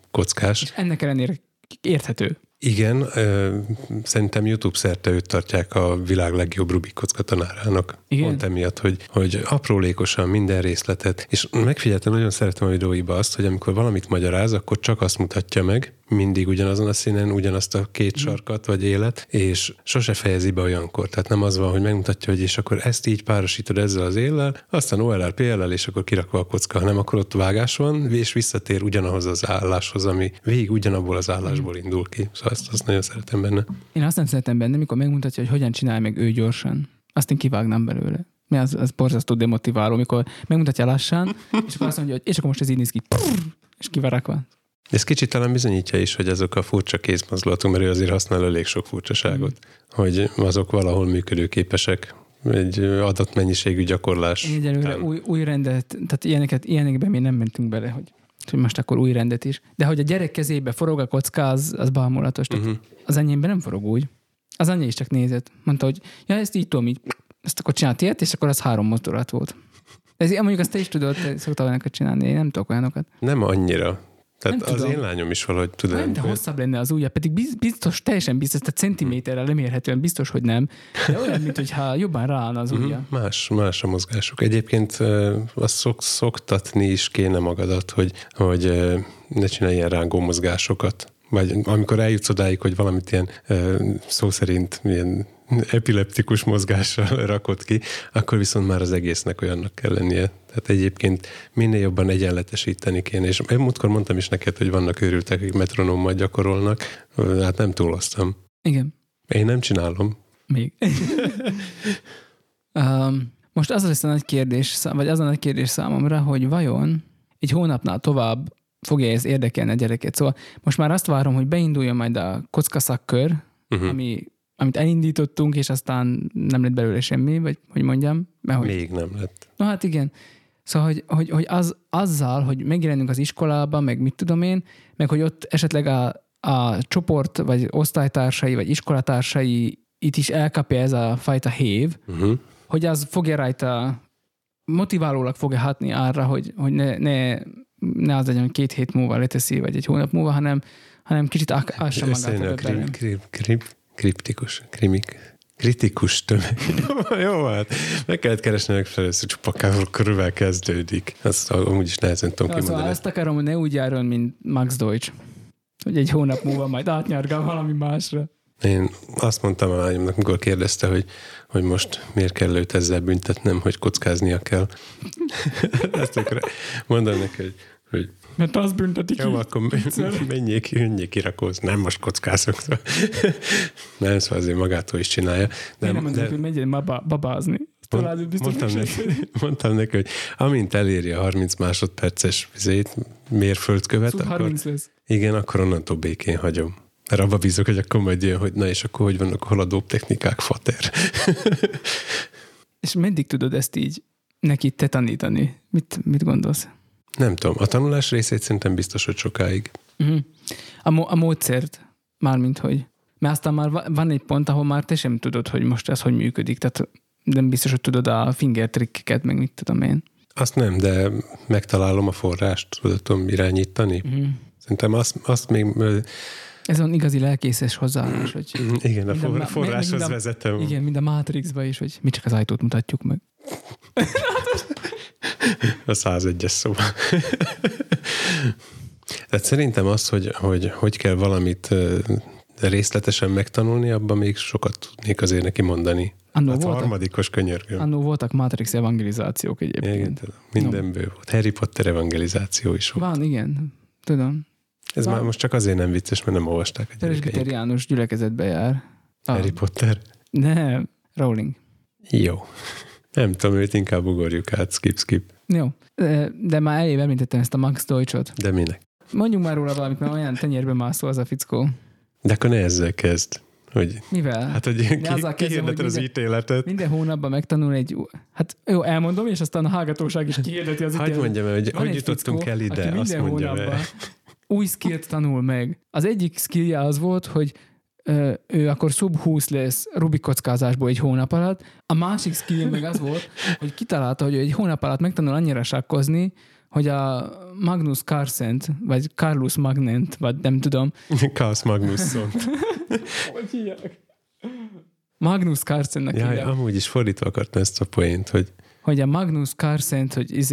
kockás. És ennek ellenére érthető. Igen, szerintem YouTube szerte őt tartják a világ legjobb Rubik kocka tanárának. Igen? Pont emiatt, hogy aprólékosan minden részletet, és megfigyeltem, nagyon szeretem a videóiba azt, hogy amikor valamit magyaráz, akkor csak azt mutatja meg, mindig ugyanazon a színen, ugyanazt a két sarkat vagy élet, és sose fejezi be olyankor. Tehát nem az van, hogy megmutatja, hogy és akkor ezt így párosítod ezzel az éllel, aztán OLL, PLL, és akkor kirakva a kocka, hanem akkor ott vágás van, és visszatér ugyanahoz az álláshoz, ami végig ugyanabból az állásból indul ki. Szóval azt nagyon szeretem benne. Én azt nem szeretem benne, mikor megmutatja, hogy hogyan csinálja meg ő gyorsan. Azt én kivágnám belőle. Az borzasztó demotiváló, mikor megmutatja lassan, és akkor azt mondja, hogy és akkor most ez így néz ki, és kivarakva. Ez kicsit talán bizonyítja is, hogy azok a furcsa kézmozdulatok, mert ő azért használ elég sok furcsaságot, hogy azok valahol működőképesek, egy adott mennyiségű gyakorlás. Egyelőre új rendet, tehát ilyenekben mi nem mentünk bele, hogy most akkor új rendet is. De hogy a gyerek kezébe forog a kocka, az bámulatos. Az enyémben nem forog úgy. Az anyja is csak nézett. Mondta, hogy ja, ezt így tudom, így. Ezt akkor csinált ilyet, és akkor az 3 mozdulat volt. Ez, mondjuk azt te is tudod, te szoktál olyanokat csinálni, én nem tudok olyanokat. Nem annyira. Tehát nem az tudom. én lányom is valahogy tudom. Nem, de hosszabb lenne az ujja, pedig biztos, teljesen biztos, tehát centiméterrel lemérhetően biztos, hogy nem. De olyan, mint hogyha jobban ráállna az ujja. Más a mozgásuk. Egyébként azt szoktatni is kéne magadat, hogy ne csinálj ilyen rángó mozgásokat. Vagy amikor eljutsz odáig, hogy valamit ilyen szó szerint ilyen epileptikus mozgással rakod ki, akkor viszont már az egésznek olyannak kell lennie. Tehát egyébként minél jobban egyenletesíteni kéne. És én múltkor mondtam is neked, hogy vannak őrültek, akik metronommal gyakorolnak. Hát nem túloztam. Igen. Én nem csinálom. Még. Most az lesz a nagy kérdés, vagy az a nagy kérdés számomra, hogy vajon egy hónapnál tovább fogja ez érdekelni a gyereket. Szóval most már azt várom, hogy beinduljon majd a kockaszakkör, amit elindítottunk, és aztán nem lett belőle semmi, vagy hogy mondjam. Még nem lett. Na hát igen. Szóval, hogy azzal, hogy megjelenünk az iskolába, meg mit tudom én, meg hogy ott esetleg a csoport, vagy osztálytársai, vagy iskolatársai itt is elkapja ez a fajta hév, hogy az fogja rajta motiválólag fogja hatni arra, hogy ne az legyen, hogy 2 hét múlva leteszi, vagy 1 hónap múlva, hanem kicsit ássa magát. Kritikus tömeg. Jó, hát meg kellett keresni meg fel, hogy csupakával körülbelül kezdődik. Azt amúgy is nehezen tudom kimondani. Szóval azt akarom, hogy ne úgy járjon, mint Max Deutsch. Hogy 1 hónap múlva majd átnyargál valami másra. Én azt mondtam a lányomnak, amikor kérdezte, hogy most miért kell őt ezzel büntetnem, hogy kockáznia kell. Ezt akkor mondom neki, hogy mert az bünteti ki. Jó, akkor menjék kirakóz. Nem most kockázok. Nem, szóval azért magától is csinálja. Én nem mondom, hogy menjél babázni. Mondtam neki, hogy amint eléri a 30 másodperces mérföldkövet, akkor 30 lesz. Igen, akkor onnantól békén hagyom. Mert abba bízok, hogy akkor majd jön, hogy na és akkor hogy vannak a haladóbb technikák, fater. És meddig tudod ezt így neki te tanítani? Mit gondolsz? Nem tudom. A tanulás részét szerintem biztos, hogy sokáig. A módszert mármint, hogy... Mert aztán már van egy pont, ahol már te sem tudod, hogy most ez hogy működik. Tehát nem biztos, hogy tudod a finger trikkeket, meg mit tudom én. Azt nem, de megtalálom a forrást, tudom irányítani. Szerintem azt még... Ez van igazi lelkészes hozzáállás, hogy... Igen, a forráshoz vezetem. Igen, mind a Matrixba is, hogy mi csak az ajtót mutatjuk meg. A 101-es szó. Tehát szerintem az, hogy kell valamit részletesen megtanulni, abban még sokat tudnék azért neki mondani. Hát harmadikos könyörgöm. Annó voltak Matrix evangelizációk egyébként. Igen, tudom. Mindenből volt. Harry Potter evangelizáció is volt. Van, igen. Tudom. Ez már most csak azért nem vicces, mert nem olvasták a gyerekeink. Presbiteriánus gyülekezetbe jár. Harry Potter? Nem, Rowling. Jó. Nem tudom, őt inkább ugorjuk át, skip. Jó, de már elébb említettem ezt a Max Deutschot. De minek? Mondjunk már róla valamit, mert olyan tenyérbe mászó az a fickó. De akkor ne ezzel kezd. Hogy, mivel? Hát, hogy kihirdeted az ítéletet. Minden hónapban megtanul egy... Hát jó, elmondom, és aztán a hallgatóság is kihirdeti az ítéletet. Hadd mondjam el, hogy jutottunk el ide, azt mondjam el. Új skillt tanul meg. Az egyik skillje az volt, hogy ő akkor sub 20 lesz Rubik kockázásból 1 hónap alatt. A másik skillje meg az volt, hogy kitalálta, hogy 1 hónap alatt megtanul annyira sakkozni, hogy a Magnus Carlsen, vagy Carlos Magnent, vagy nem tudom. Carlos Magnusson. Hogy hívják? Magnus Carlsennek hívják. Amúgy is fordítva akartam ezt a poént, hogy a Magnus Carlsent, hogy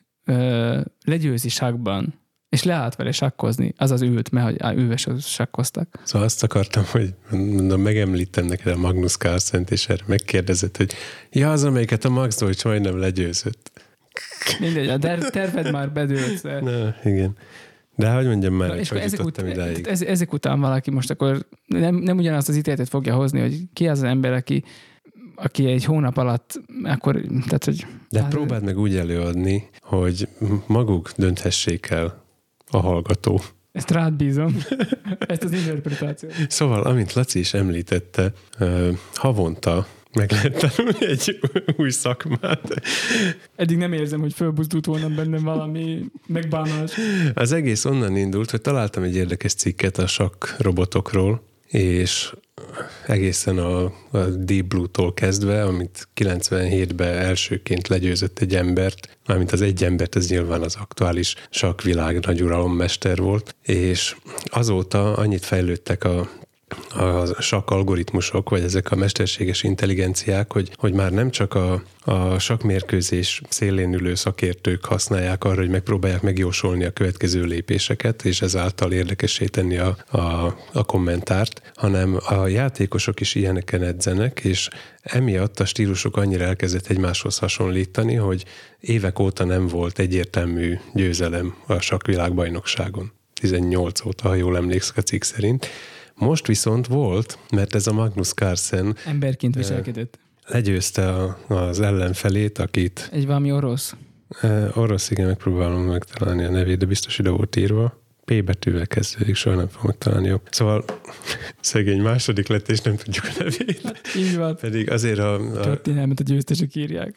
legyőzi sakkban, és leállt vele sakkozni, azaz ült, mert ülves sakkoztak. Szóval azt akartam, hogy mondom, megemlítem neked a Magnus Carlsent, és erre megkérdezett, hogy az, amelyiket a Max Deutsch majdnem legyőzött. Mindegy, a terved már bedőlt. Na, igen. De hogy mondjam már, hogy jutottam idáig. Ezek után valaki most akkor nem ugyanazt az ítéletet fogja hozni, hogy ki az ember, aki egy hónap alatt akkor, tehát, hogy... De próbáld meg úgy előadni, hogy maguk dönthessék el a hallgató. Ezt rád bízom. Ezt az interpretációt. Szóval, amint Laci is említette, havonta meg lehet tanulni egy új szakmát. Eddig nem érzem, hogy fölbuzdult volna bennem valami megbánás. Az egész onnan indult, hogy találtam egy érdekes cikket a sakk robotokról, és egészen a Deep Blue-tól kezdve, amit 97-ben elsőként legyőzött egy embert, mármint az egy embert, ez nyilván az aktuális sakkvilág nagy uralommester volt, és azóta annyit fejlődtek a sakk algoritmusok, vagy ezek a mesterséges intelligenciák, hogy már nem csak a sakkmérkőzés szélén ülő szakértők használják arra, hogy megpróbálják megjósolni a következő lépéseket, és ezáltal érdekessé tenni a kommentárt, hanem a játékosok is ilyeneken edzenek, és emiatt a stílusok annyira elkezdett egymáshoz hasonlítani, hogy évek óta nem volt egyértelmű győzelem a sakkvilágbajnokságon. 18 óta, ha jól emlékszek a cikk szerint. Most viszont volt, mert ez a Magnus Carlsen emberként viselkedett. Legyőzte az ellenfelét, akit... Egy valami orosz. Orosz, igen, megpróbálom megtalálni a nevét, de biztos ide volt írva. P betűvel kezdődik, soha nem fogom megtalálni jobb. Szóval szegény második lett, és nem tudjuk a nevét. Hát, így van. Pedig azért történelmet a győztesek írják.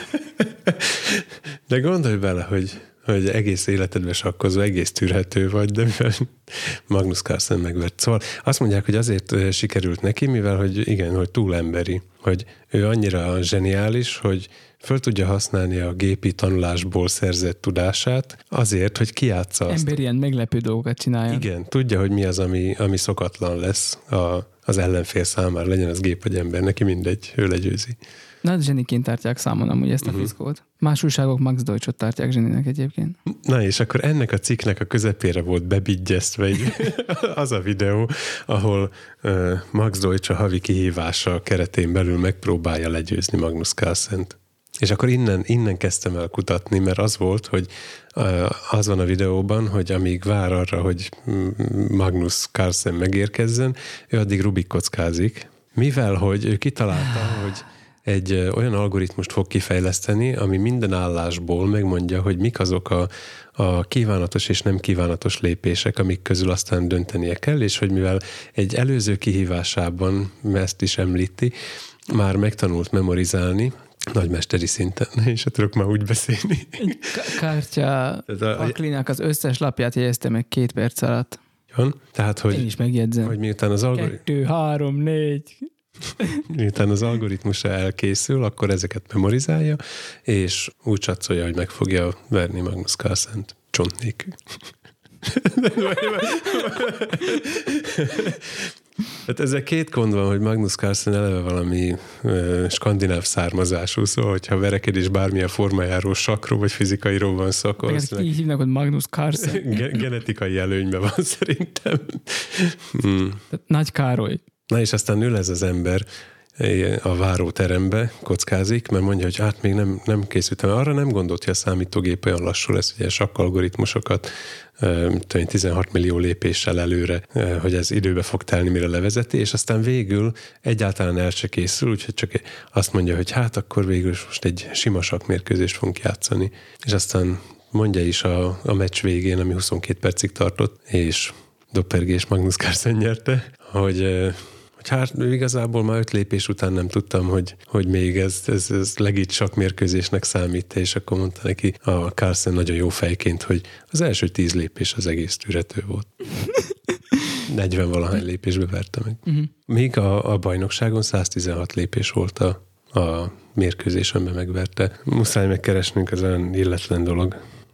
De gondolj bele, hogy egész életedben sakkozó, egész tűrhető vagy, de mivel Magnus Carlsen megvert. Szóval azt mondják, hogy azért sikerült neki, mivel, hogy igen, hogy túl emberi, hogy ő annyira zseniális, hogy föl tudja használni a gépi tanulásból szerzett tudását azért, hogy kijátsza azt. Ember ilyen meglepő dolgokat csinálja. Igen, tudja, hogy mi az, ami szokatlan lesz az ellenfél számára, legyen az gép vagy ember, neki mindegy, ő legyőzi. Na, zseniként tartják számon amúgy ezt a fickót. Más újságok Max Deutschot tartják zseninek egyébként. Na és akkor ennek a cikknek a közepére volt bebigyeztve az a videó, ahol Max Deutsch a havi kihívása keretén belül megpróbálja legyőzni Magnus Carlsent. És akkor innen kezdtem el kutatni, mert az volt, hogy az van a videóban, hogy amíg vár arra, hogy Magnus Carlsen megérkezzen, ő addig Rubik kockázik, mivel hogy ő kitalálta, hogy egy olyan algoritmust fog kifejleszteni, ami minden állásból megmondja, hogy mik azok a kívánatos és nem kívánatos lépések, amik közül aztán döntenie kell, és hogy mivel egy előző kihívásában, ezt is említi, már megtanult memorizálni, nagymesteri szinten, és tudok már úgy beszélni. Egy kártya paklinak az összes lapját jegyezte meg 2 perc alatt. Van? Tehát, hogy, én is megjegyzem. Hogy miután az 2, 3, 4... Miután az algoritmusa elkészül, akkor ezeket memorizálja, és úgy csatszolja, hogy meg fogja verni Magnus Carlsent csont nélkül. Hát ezzel 2 gond van, hogy Magnus Carlsen eleve valami skandináv származású, szóval hogyha verekedés bármilyen formájáról, sakról vagy fizikairól van szó, akkor így hívnak, hogy Magnus Carlsen. Genetikai előnyben van szerintem. Tehát Nagy Károly. Na és aztán ül ez az ember a váróterembe, kockázik, mert mondja, hogy hát még nem készültem. Arra nem gondolt, hogy a számítógép olyan lassú lesz, hogy a sakkalgoritmusokat 16 millió lépéssel előre, hogy ez időbe fog telni, mire levezeti, és aztán végül egyáltalán el se készül, úgyhogy csak azt mondja, hogy hát akkor végül most egy sima sakkmérkőzést fogunk játszani. És aztán mondja is a meccs végén, ami 22 percig tartott, és Doppergés Magnus Carlsen nyerte, hogy hát igazából már 5 lépés után nem tudtam, hogy még ez legit sakkmérkőzésnek számít, és akkor mondta neki a Carlsen nagyon jó fejként, hogy az első 10 lépés az egész tűrhető volt. 40-valahány lépésbe verte meg. Uh-huh. Míg a bajnokságon 116 lépés volt a mérkőzés, amiben megverte. Muszáj megkeresnünk, az olyan illetlen dolog.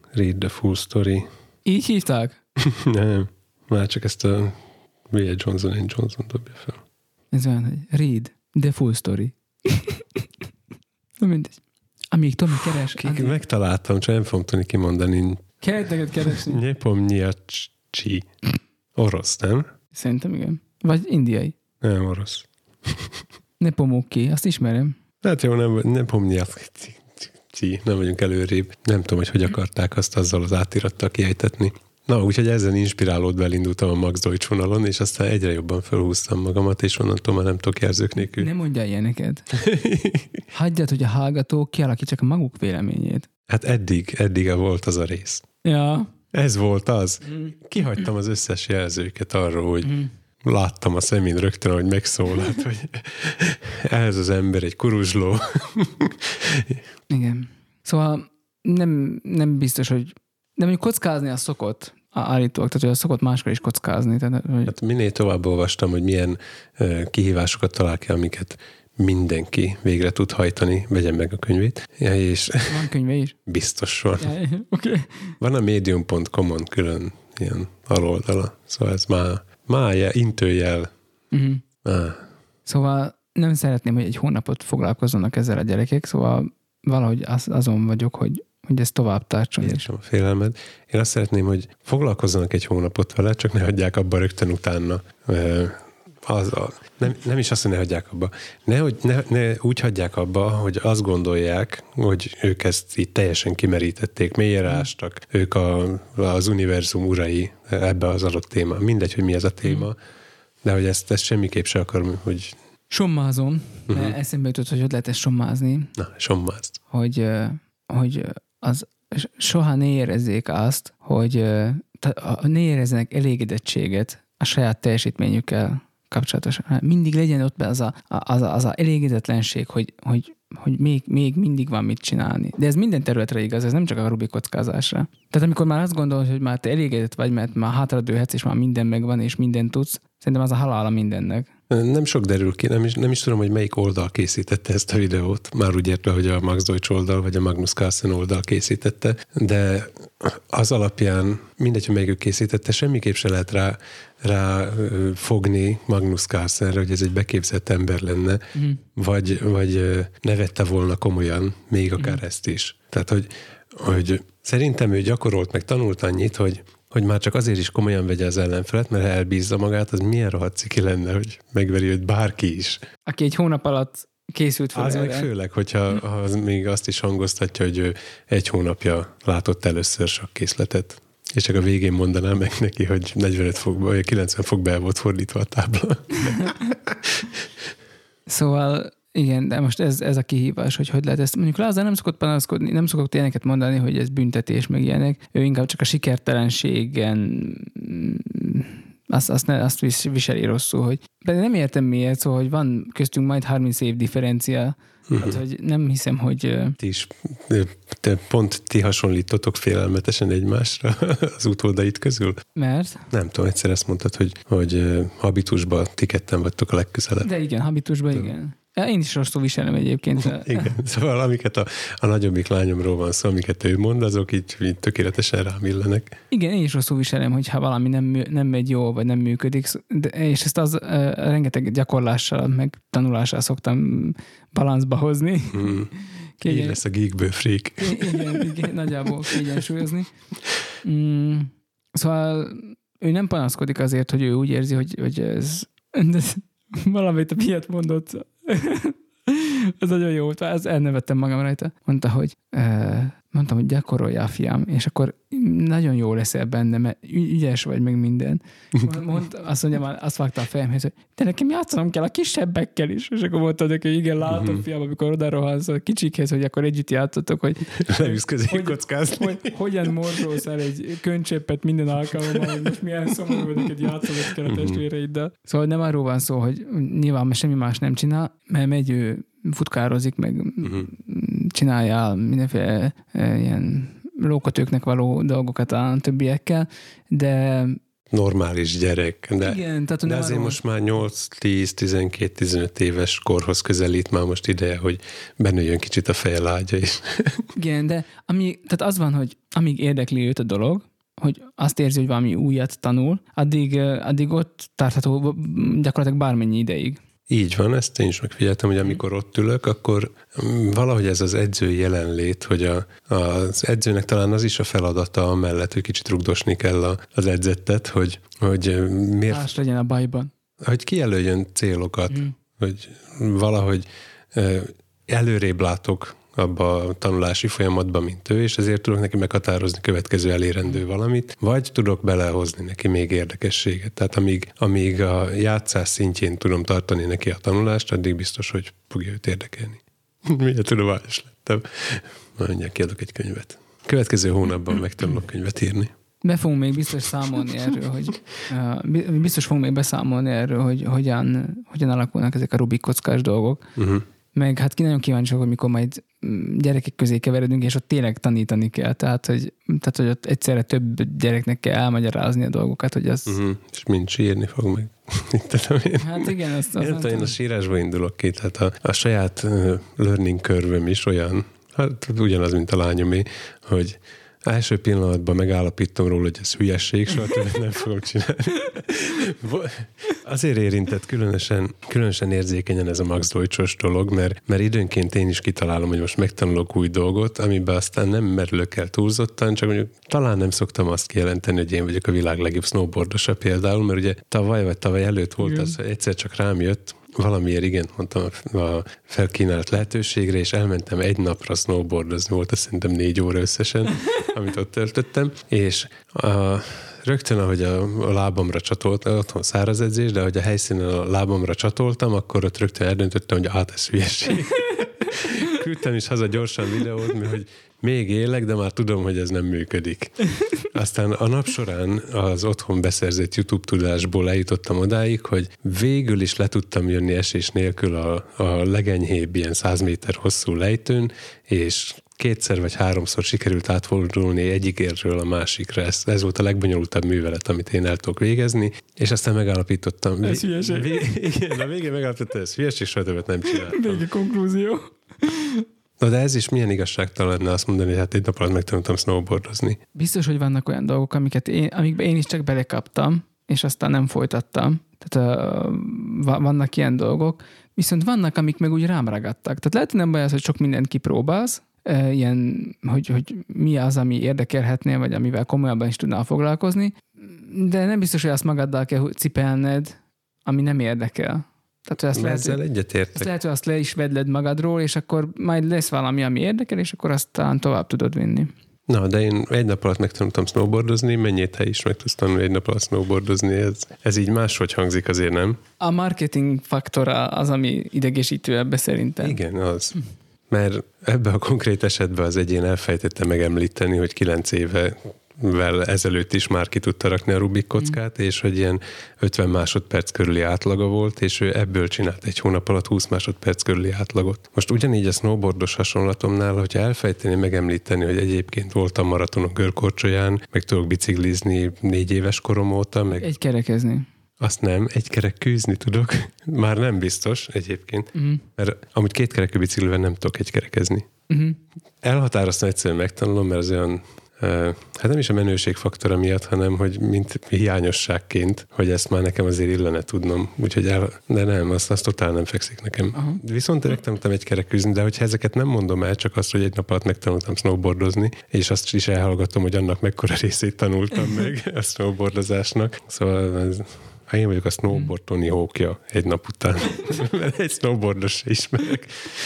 Read the full story. Így hívták? Nem, már csak ezt a William Johnson & Johnson dobja fel. Ez olyan, hogy read the full story. Na mindegy. Amíg Tomi keres... Megtaláltam, csak nem fogom tudni kimondani. Kellett neked keresni. Nyepomnyacsi. Orosz, nem? Szerintem igen. Vagy indiai. Nem, orosz. Nepomukki, azt ismerem. Hát jó, nem pomnyacsi. Nem vagyunk előrébb. Nem tudom, hogy akarták azt azzal az átirattal kiejtetni. Na, úgyhogy ezen inspirálódva elindultam a Max Deutsch vonalon, és aztán egyre jobban felhúztam magamat, és onnantól már nem tudok jelzők nélkül. Nem mondjál ilyeneket. Hagyjad, hogy a hallgatók kialakítsák a maguk véleményét. Hát eddig volt az a rész. Ja. Ez volt az. Kihagytam az összes jelzőket arról, hogy láttam a szemén rögtön, hogy megszólalt, hogy ez az ember egy kuruzsló. Igen. Szóval nem biztos, hogy... De mondjuk kockázni az szokott állítólag, tehát hogy az szokott máskor is kockázni. Tehát, hogy... Hát minél tovább olvastam, hogy milyen kihívásokat talál ki, amiket mindenki végre tud hajtani, vegyen meg a könyvét. Ja, és van könyve is? Biztos van. Ja, okay. Van a medium.com-on külön ilyen aloldala. Szóval ez már intőjel. Szóval nem szeretném, hogy egy hónapot foglalkozzanak ezzel a gyerekek, szóval valahogy azon vagyok, hogy ezt tovább tartson. Értem a félelmed. Én azt szeretném, hogy foglalkozzanak egy hónapot vele, csak ne hagyják abba rögtön utána. Nem is azt, hogy ne hagyják abba. Ne úgy hagyják abba, hogy azt gondolják, hogy ők ezt így teljesen kimerítették, mélyre ástak, ők az univerzum urai ebbe az adott téma. Mindegy, hogy mi ez a téma, de hogy ezt semmiképp se akarom, hogy... Sommázom, mert eszembe jutott, hogy lehet ezt sommázni. Na, sommázd. Hogy az soha ne érezzék azt, hogy ne érezzenek elégedettséget a saját teljesítményükkel kapcsolatosan. Mindig legyen ott be az a elégedetlenség, hogy még mindig van mit csinálni. De ez minden területre igaz, ez nem csak a Rubik kockázásra. Tehát amikor már azt gondolod, hogy már te elégedett vagy, mert már hátradőhetsz, és már minden megvan, és mindent tudsz, szerintem az a halála mindennek. Nem sok derül ki, nem is tudom, hogy melyik oldal készítette ezt a videót. Már úgy értve, hogy a Max Deutsch oldal, vagy a Magnus Carlsen oldal készítette, de az alapján mindegy, hogy melyikük készítette, semmiképp se lehet rá fogni Magnus Carlsenre, hogy ez egy beképzett ember lenne, vagy ne vette volna komolyan, még akár ezt is. Tehát, hogy szerintem ő gyakorolt, meg tanult annyit, hogy már csak azért is komolyan vegye az ellenfelet, mert ha elbízza magát, az milyen rohadt ciki lenne, hogy megveri őt bárki is. Aki egy hónap alatt készült fel. Az meg főleg, hogyha az még azt is hangoztatja, hogy ő egy hónapja látott először sakkészletet. És csak a végén mondanám meg neki, hogy 45 fokba, vagy 90 fokba el volt fordítva a tábla. Szóval igen, de most ez a kihívás, hogy lehet ezt. Mondjuk Lázár nem szokott panaszkodni, nem szokott ilyeneket mondani, hogy ez büntetés, meg ilyenek. Ő inkább csak a sikertelenségen azt viseli rosszul, hogy de nem értem miért, szóval, hogy van köztünk majd 30 év differencia, hát, hogy nem hiszem, hogy... Ti hasonlítotok félelmetesen egymásra az utódait közül? Mert? Nem tudom, egyszer ezt mondtad, hogy habitusban ti ketten vagytok a legközelebb. De igen, habitusban igen. Én is rosszul viselem egyébként. Igen, szóval amiket a nagyobbik lányomról van szó, amiket ő mond, azok így tökéletesen rám illenek. Igen, én is rosszul viselem, hogyha valami nem megy jól, vagy nem működik, és ezt az rengeteg gyakorlással, meg tanulással szoktam balanszba hozni. Így lesz a geekből freak. Igen, nagyjából kiegyensúlyozni. Szóval ő nem panaszkodik azért, hogy ő úgy érzi, hogy ez valamit a miatt mondott. Ez nagyon jó volt, elnevettem magam rajta. Mondtam, hogy gyakorolja a fiam, és akkor nagyon jó leszel benne, mert ügyes vagy meg minden. Azt mondja, már azt vágta a fejemhez, hogy de nekem játszanom kell a kisebbekkel is. És akkor mondta neki, hogy igen, látom fiam, amikor oda rohansz a kicsikhez, hogy akkor együtt játszotok, hogy leülsz közé kockázni. Hogy hogyan morzsolsz el egy könycseppet minden alkalommal, hogy most milyen szomorú, hogy neked játszolod kell a testvéreiddel. Szóval nem arról van szó, hogy nyilván semmi más nem csinál, mert megy ő futkározik, meg csinálja mindenféle ilyen lókatőknek való dolgokat a többiekkel, de normális gyerek. De, igen, tehát de azért most már 8, 10, 12, 15 éves korhoz közelít, már most ideje, hogy benőjön kicsit a feje lágya is. Igen, de tehát az van, hogy amíg érdekli őt a dolog, hogy azt érzi, hogy valami újat tanul, addig ott tartható gyakorlatilag bármennyi ideig. Így van, ezt én is megfigyeltem, hogy amikor ott ülök, akkor valahogy ez az edzői jelenlét, hogy az edzőnek talán az is a feladata amellett, hogy kicsit rugdosni kell az edzettet, hogy miért... Más legyen a bajban. Hogy kijelöljön célokat, hogy valahogy előrébb látok abba a tanulási folyamatban, mint ő, és ezért tudok neki meghatározni következő elérendő valamit, vagy tudok belehozni neki még érdekességet. Tehát amíg a játszás szintjén tudom tartani neki a tanulást, addig biztos, hogy fogja őt érdekelni. Milyen tudományos lettem. Mondják, kiadok egy könyvet. Következő hónapban megtanulok könyvet írni. Fogunk még biztos számolni erről, biztos fogunk még beszámolni erről, hogy hogyan alakulnak ezek a Rubik kockás dolgok. Meg hát nagyon kíváncsi vagyok, amikor majd gyerekek közé keveredünk, és ott tényleg tanítani kell. Tehát, hogy ott egyszerre több gyereknek kell elmagyarázni a dolgokat, hogy az... És mind sírni fog meg. Hát igen, azt én a sírásba indulok ki, tehát a saját learning curve-öm is olyan, hát ugyanaz, mint a lányomé, hogy első pillanatban megállapítom róla, hogy ez hülyesség, soha többet nem fogom csinálni. Azért érintett különösen érzékenyen ez a Max Deutschos dolog, mert időnként én is kitalálom, hogy most megtanulok új dolgot, amiben aztán nem merülök el túlzottan, csak mondjuk talán nem szoktam azt kijelenteni, hogy én vagyok a világ legjobb snowboardosa például, mert ugye tavaly előtt volt az, hogy egyszer csak rám jött, valamiért igent mondtam a felkínált lehetőségre, és elmentem egy napra snowboardozni, volt azt szerintem 4 óra összesen, amit ott töltöttem, és rögtön, ahogy a lábamra csatoltam, otthon száraz edzés, de ahogy a helyszínen a lábamra csatoltam, akkor ott rögtön eldöntöttem, hogy ez hülyeség. Küldtem is haza gyorsan videót, hogy még élek, de már tudom, hogy ez nem működik. Aztán a nap során az otthon beszerzett YouTube tudásból eljutottam odáig, hogy végül is le tudtam jönni esés nélkül a legenyhébb ilyen 100 méter hosszú lejtőn, és 2 vagy 3-szor sikerült átfordulni egyik érről a másikra. Ez volt a legbonyolultabb művelet, amit én el tudok végezni, és aztán megállapítottam. Ez hülyeség. Igen, a végén megállapítottam, ez hülyeség, soha többet nem csináltam. Vége konklúzió. Na de ez is milyen igazságtalan lenne azt mondani, hogy hát egy nap alatt megtanultam snowboardozni. Biztos, hogy vannak olyan dolgok, amikben én is csak belekaptam, és aztán nem folytattam. Tehát vannak ilyen dolgok, viszont vannak, amik meg úgy rám ragadtak. Tehát lehet, hogy nem baj az, hogy sok mindent kipróbálsz, ilyen, hogy mi az, ami érdekelhetnél, vagy amivel komolyabban is tudnál foglalkozni, de nem biztos, hogy azt magaddal kell cipelned, ami nem érdekel. Tehát, hogy ezzel egyetértek. Lehet, hogy azt le is vedled magadról, és akkor majd lesz valami, ami érdekel, és akkor aztán tovább tudod vinni. Na, de én egy nap alatt megtanultam snowboardozni, mennyit te is meg tudsz tanulni egy nap alatt snowboardozni, ez így máshogy hangzik azért, nem? A marketing faktora az, ami idegesítő ebbe szerintem. Igen, az. Mert ebben a konkrét esetben az egyén elfejtette megemlíteni, hogy 9 évevel ezelőtt is már ki tudta rakni a Rubik kockát, és hogy ilyen 50 másodperc körüli átlaga volt, és ő ebből csinált egy hónap alatt 20 másodperc körüli átlagot. Most ugyanígy a snowboardos hasonlatomnál, hogyha elfejteni megemlíteni, hogy egyébként voltam maratonon görkorcsolyán, meg tudok biciklizni 4 éves korom óta, meg... Egy kerekezni. Azt nem, egy keresztűzni tudok. Már nem biztos egyébként, mert amúgy 2 kerekű biciklivel nem tudok egy kerekezni. Elhatároztam egyszerűen megtanulom, mert az olyan, hát nem is a menőségfaktora miatt, hanem hogy mint hiányosságként, hogy ezt már nekem azért illene tudnom. Úgyhogy de nem, azt totál nem fekszik nekem. Aha. Viszont megtanultam egy kerekűzni, de hogyha ezeket nem mondom el, csak azt, hogy egy nap alatt megtanultam snowboardozni, és azt is elhallgatom, hogy annak mekkora részét tanultam meg a snowboardozásnak. Szóval én vagyok a snowboard Tony Hawkja egy nap után, mert egy snowboardos se ismerek.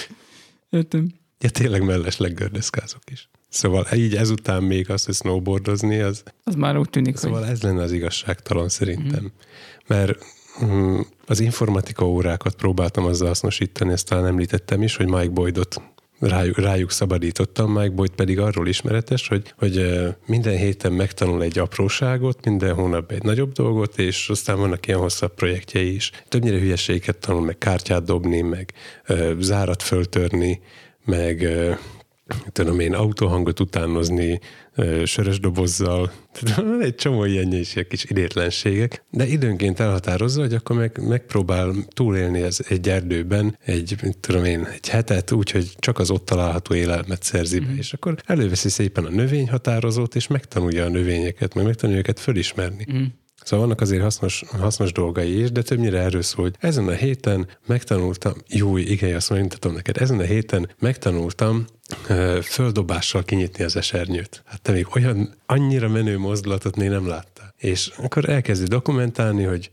Értem. Ja, tényleg mellesleg gördeszkázok is. Szóval így ezután még az, hogy snowboardozni, az már úgy tűnik, szóval ez lenne az igazságtalan szerintem. Mert az informatika órákat próbáltam azzal hasznosítani, ezt talán említettem is, hogy Mike Boydot rájuk szabadítottam, Mike Boyd pedig arról ismeretes, hogy minden héten megtanul egy apróságot, minden hónapban egy nagyobb dolgot, és aztán vannak ilyen hosszabb projektjei is. Többnyire hülyeségeket tanul, meg kártyát dobni, meg zárat föltörni, meg tudom én, autóhangot utánozni sörös dobozzal. Tehát van egy csomó ilyen és ilyen kis idétlenségek, de időnként elhatározza, hogy akkor megpróbál túlélni egy erdőben egy hetet, úgyhogy csak az ott található élelmet szerzi be, és akkor előveszi szépen a növényhatározót, és megtanulja a növényeket, meg megtanulja őket fölismerni. Szóval vannak azért hasznos dolgai is, de többnyire erről szól, hogy ezen a héten megtanultam, igen, azt mondhatom neked, ezen a héten megtanultam földobással kinyitni az esernyőt. Hát te még olyan annyira menő mozdulatot még nem láttál. És akkor elkezdi dokumentálni, hogy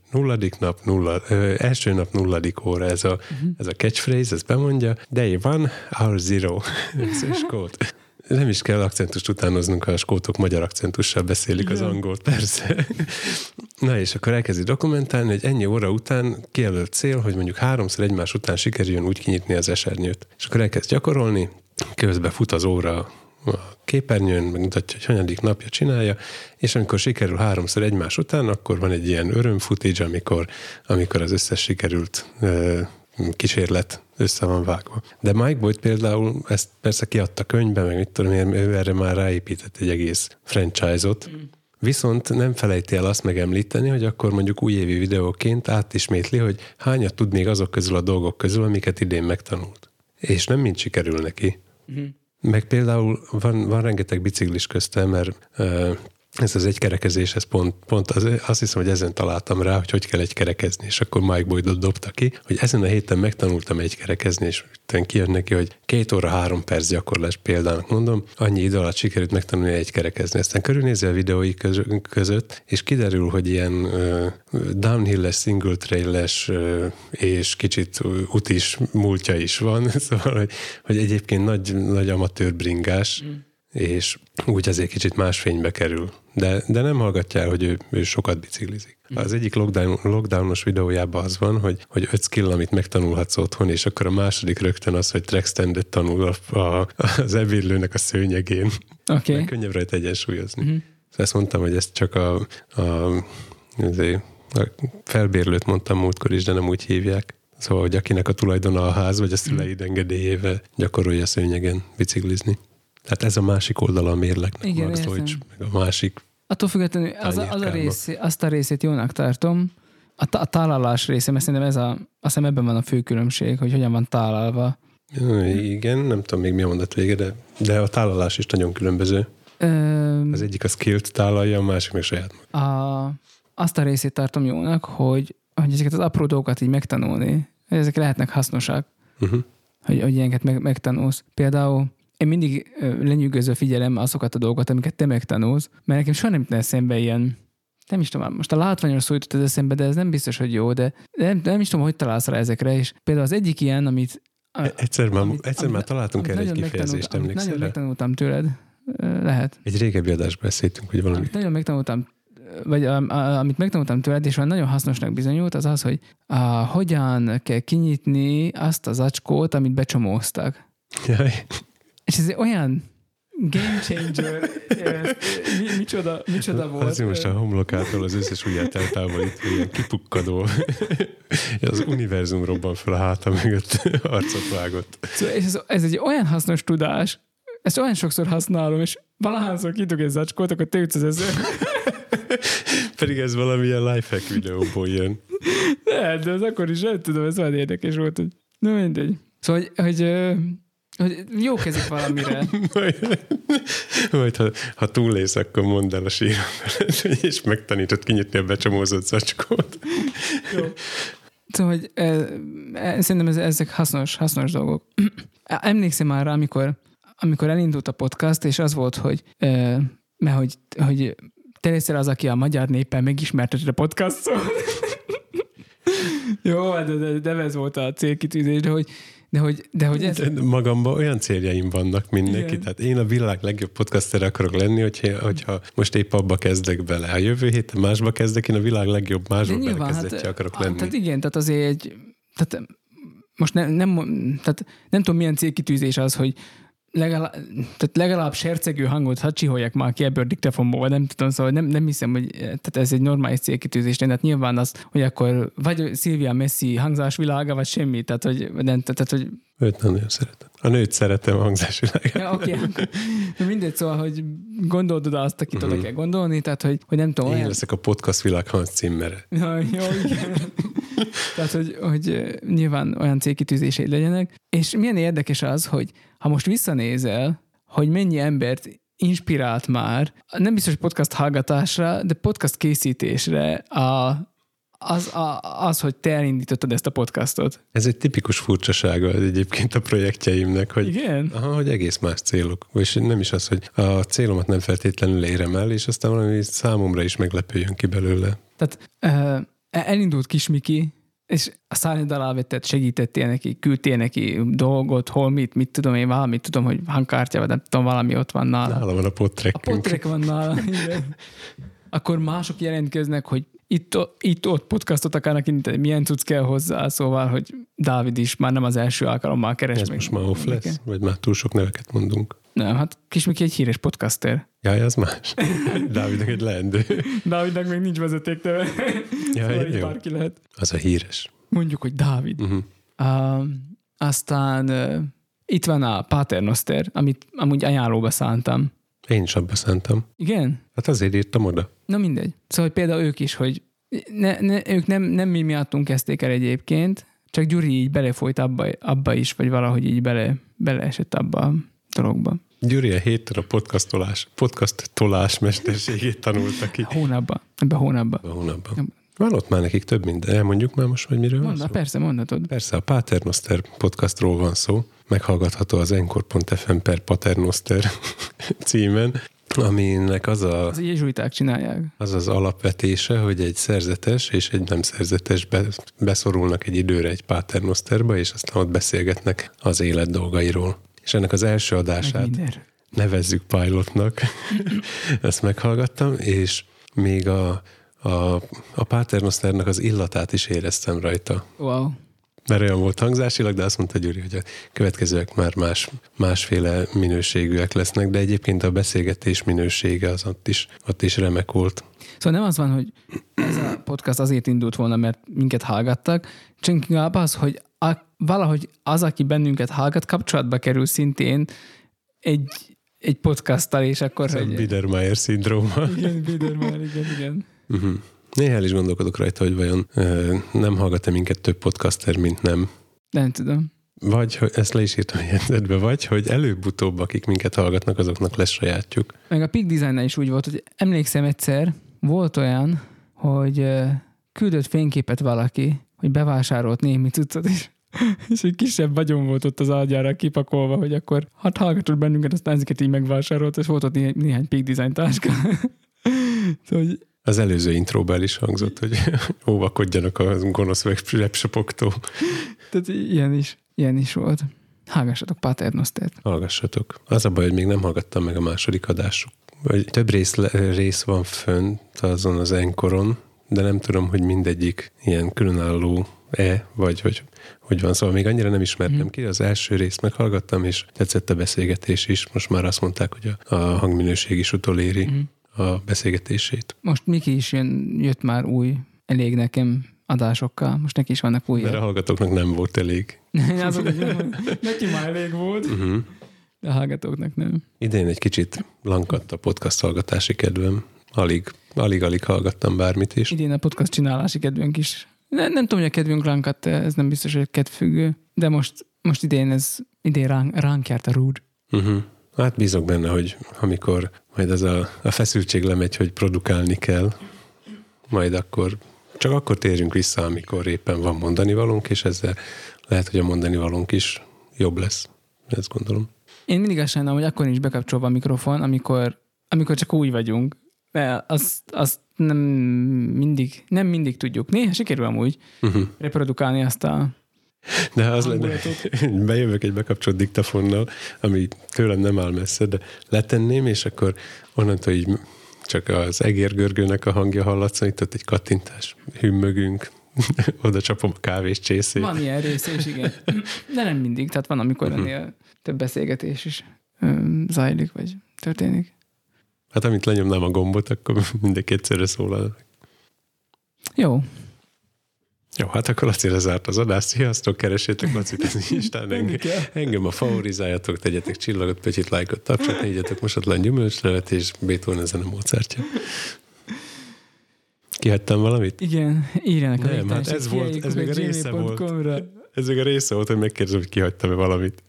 első nap 0. óra, ez a catchphrase, ez bemondja, day 1, hour 0. Ez skót. Nem is kell akcentust utánoznunk, ha a skótok magyar akcentussal beszélik az angolt, persze. Na és akkor elkezdi dokumentálni, hogy ennyi óra után kijelölt cél, hogy mondjuk 3-szor egymás után sikerüljön úgy kinyitni az esernyőt. És akkor elkezd gyakorolni, közben fut az óra a képernyőn, megmutatja, hogy hanyadik napja csinálja, és amikor sikerül 3-szor egymás után, akkor van egy ilyen örömfootage, amikor az összes sikerült kísérlet össze van vágva. De Mike Boyd például ezt persze kiadta könyvbe, meg mit tudom én, ő erre már ráépített egy egész franchise-ot, viszont nem felejti el azt megemlíteni, hogy akkor mondjuk újévi videóként átismétli, hogy hányat tud még azok közül a dolgok közül, amiket idén megtanult. És nem mind sikerül neki. Meg például van rengeteg biciklis köztem, mert ez az egykerekezés, ez pont azt hiszem, hogy ezen találtam rá, hogy kell egykerekezni, és akkor Mike Boydot dobta ki, hogy ezen a héten megtanultam egykerekezni, és kijön neki, hogy 2 óra 3 perc gyakorlás példának mondom, annyi idő alatt sikerült megtanulni egykerekezni. Aztán körülnézi a videói között, és kiderül, hogy ilyen downhill-es, single trail-es és kicsit utis múltja is van, szóval, hogy egyébként nagy amatőr bringás, és úgy azért kicsit más fénybe kerül. De nem hallgatja el, hogy ő sokat biciklizik. Az egyik lockdownos videójában az van, hogy 5 skill, amit megtanulhatsz otthon, és akkor a második rögtön az, hogy track standet tanul az evérlőnek a szőnyegén. Okay. Könnyebb rajta egyensúlyozni. Szóval ezt mondtam, hogy ezt csak a felbérlőt mondtam múltkor is, de nem úgy hívják. Szóval, hogy akinek a tulajdona a ház, vagy a szüleid engedélyével gyakorolja szőnyegen biciklizni. Tehát ez a másik oldala a mérlegnek, igen, Max Deutsch, meg a másik. Attól függetlenül azt a részét jónak tartom. A tálalás része, mert szerintem azt hiszem ebben van a fő különbség, hogy hogyan van tálalva. Igen, nem tudom még mi a mondat vége, de a tálalás is nagyon különböző. Az egyik a skillt tálalja, a másik meg saját maga. Azt a részét tartom jónak, hogy ezeket az apró dolgokat így megtanulni, hogy ezek lehetnek hasznosak, hogy ilyeneket megtanulsz. Például én mindig lenyűgöző figyelem azokat a dolgokat, amiket te megtanulsz, mert nekem soha nem jut eszembe ilyen, nem is tudom, most a látványos szó jutott az eszembe, de ez nem biztos, hogy jó, de nem is tudom, hogy találsz rá ezekre, és például az egyik ilyen, amit Egyszer már találtunk erre egy kifejezést, emlékszel? Nagyon megtanultam tőled, lehet. Egy régebbi adásban beszéltünk, hogy valami. Nagyon megtanultam, vagy amit megtanultam tőled, és nagyon hasznosnak bizonyult, az, hogy hogyan kell kinyitni azt az acskót, amit becsomóztak. Jaj. És ez olyan game changer, micsoda volt. Azért most a homlokától az összes ujját eltávolítva, ilyen kipukkadó. Az univerzum robban fel a háta mögött arcot vágott. Szóval, és ez egy olyan hasznos tudás, ezt olyan sokszor használom, és valahányszor kitug egy zacskót, akkor te jutsz az ezzel. Pedig ez valamilyen lifehack videóból jön. De ez akkor is, nem tudom, ez olyan érdekes volt, hogy no mindegy. Szóval, hogy jó kezdik valamire. Majd ha túllész, akkor mondd el a sírom, és megtanítod kinyitni a becsomózott zacskót. Jó. Szóval, hogy szerintem ezek hasznos dolgok. Emlékszem már rá, amikor elindult a podcast, és az volt, hogy te leszel az, aki a magyar néppel megismertetett a podcastot. Jó, de ez volt a célkitűzés, de hogy ez... Magamban olyan céljaim vannak mindenki, igen. Tehát én a világ legjobb podcaster akarok lenni, hogyha most épp abba kezdek bele. Ha jövő héten másba kezdek, én a világ legjobb másba belekezdetje akarok lenni. Tehát igen, tehát azért most nem tudom milyen célkitűzés az, hogy legalább sercegő hangot hadd csiholjak már ki ebből a diktafonból, nem tudom, szóval nem hiszem, hogy tehát ez egy normális célkitűzés, tehát nyilván az, hogy akkor vagy Szilvia Messi hangzásvilága, vagy semmi, tehát hogy őt nem nagyon szeretem. A nőt szeretem a hangzásvilágát. Ja, oké. Mindegy, szóval, hogy gondold oda azt, akit oda kell gondolni, tehát, hogy nem tudom. Én leszek a podcast világ Hans Zimmere. Ja, jó, igen. Tehát, hogy nyilván olyan célkitűzései legyenek. És milyen érdekes az, hogy ha most visszanézel, hogy mennyi embert inspirált már, nem biztos podcast hallgatásra, de podcast készítésre az, hogy te elindítottad ezt a podcastot. Ez egy tipikus furcsasága egyébként a projektjeimnek, hogy, igen? Hogy egész más célok. És nem is az, hogy a célomat nem feltétlenül érem el, és aztán valami számomra is meglepőjön ki belőle. Tehát elindult Kismiki, és a szárnyad alá vetted, segítettél neki, küldtél neki dolgot, hol mit tudom én, valamit tudom, hogy hangkártya, vagy nem tudom, valami ott van nála. Nála van a podtrackünk. A podtrack van nála, igen. Akkor mások jelentkeznek, hogy itt-ott podcastot akarnak indítani, milyen cucc kell hozzá, szóval, hogy Dávid is már nem az első alkalommal keres. Ez most már off lesz? Vagy már túl sok neveket mondunk? Nem, hát Kismiki egy híres podcaster. Jaj, az más. Dávidnak egy leendő. Dávidnak még nincs vezetékteve. Jaj, jó. Bárki lehet. Az a híres. Mondjuk, hogy Dávid. Aztán itt van a Paternoster, amit amúgy ajánlóba szántam. Én is abba szántam. Igen? Hát azért írtam oda. Na mindegy. Szóval hogy például ők is, hogy ők nem mi miattunk kezdték el egyébként, csak Gyuri így belefolyt abba is, vagy valahogy így beleesett abba a dologba. Gyuri a héten a podcast tolás mesterségét tanulta ki. Ebben a hónapban. Van ott már nekik több minden. Elmondjuk már most, hogy miről van szó? Persze, mondhatod. Persze, a Paternoster podcastról van szó. Meghallgatható az encore.fm/Paternoster címen, aminek az jezsuiták csinálják. Az alapvetése, hogy egy szerzetes és egy nem szerzetes beszorulnak egy időre egy Paternosterba, és aztán ott beszélgetnek az élet dolgairól. És ennek az első adását nevezzük pilotnak. Ezt meghallgattam, és még a Paternosternek az illatát is éreztem rajta. Wow. Mert olyan volt hangzásilag, de azt mondta Gyuri, hogy a következőek már másféle minőségűek lesznek, de egyébként a beszélgetés minősége az ott is remek volt. Szóval nem az van, hogy ez a podcast azért indult volna, mert minket hallgattak, csak inkább az, hogy valahogy az, aki bennünket hallgat, kapcsolatba kerül szintén egy podcasttal, és akkor... Ez a Biedermeier szindróma. Igen, Biedermeier, igen. Uh-huh. Néha el is gondolkodok rajta, hogy vajon nem hallgat-e minket több podcaster, mint nem. Nem tudom. Vagy, hogy ezt le is írtam jegyzetbe, vagy, hogy előbb-utóbb, akik minket hallgatnak, azoknak lesz sajátjuk. Meg a Peak Design-nál is úgy volt, hogy emlékszem egyszer, volt olyan, hogy küldött fényképet valaki, hogy bevásárolt némi cuccot is, és egy kisebb vagyon volt ott az ágyára kipakolva, hogy akkor hallgatott bennünket, aztán ezeket így megvásárolt, és volt ott néhány Peak Design táska. Szóval, hogy az előző intróban el is hangzott, hogy óvakodjanak a gonosz webshopoktól. Tehát ilyen is volt. Hallgassatok Paternostert. Hallgassatok. Az a baj, hogy még nem hallgattam meg a második adásuk. Vagy több rész van fönt azon az Anchoron, de nem tudom, hogy mindegyik ilyen különálló vagy hogy van. Szóval még annyira nem ismertem ki. Az első részt meghallgattam, és tetszett a beszélgetés is. Most már azt mondták, hogy a hangminőség is utoléri a beszélgetését. Most Miki is jött már új, elég nekem adásokkal. Most neki is vannak új. Mert a hallgatóknak nem volt elég. Neki már elég volt, de a hallgatóknak nem. Idén egy kicsit lankadt a podcast hallgatási kedvem. Alig hallgattam bármit is. Idén a podcast csinálási kedvünk is. Nem tudom, hogy a kedvünk lankadt, ez nem biztos, hogy kedvfüggő, de most idén ránk járt a rúd. Hát bízok benne, hogy amikor majd az a feszültség lemegy, hogy produkálni kell, majd csak akkor térjünk vissza, amikor éppen van mondani valónk, és ezzel lehet, hogy a mondani valónk is jobb lesz. Ezt gondolom. Én mindig azt sajnálom, hogy akkor nincs bekapcsolva a mikrofon, amikor csak úgy vagyunk. Mert azt nem mindig tudjuk. Néha sikerül amúgy reprodukálni azt a de az lenne, bejövök egy bekapcsolt diktafonnal, ami tőlem nem áll messze, de letenném, és akkor onnantól így csak az egérgörgőnek a hangja hallatszik, itt ott egy kattintás, hümmögünk, oda csapom a kávés csészét. Van ilyen része is, igen. De nem mindig, tehát van, amikor ennél több beszélgetés is. zajlik, vagy történik. Hát amint lenyomnám a gombot, akkor mindenki egyszerre szólal. Jó. Jó, hát akkor Laci lezárt az adást. Sziasztok, keresétek Lacit az Instán, engem a favorizáljatok, tegyetek csillagot, pötyit, lájkot, tapsot, négyetek mosatlan gyümölcslevet, és Beethoven ezen a Mozartja. Kihagytam valamit? Igen, írjanak a nem, hát ez volt, ez még a része volt. Ez még a része volt, hogy megkérdezem, hogy kihagytam-e valamit.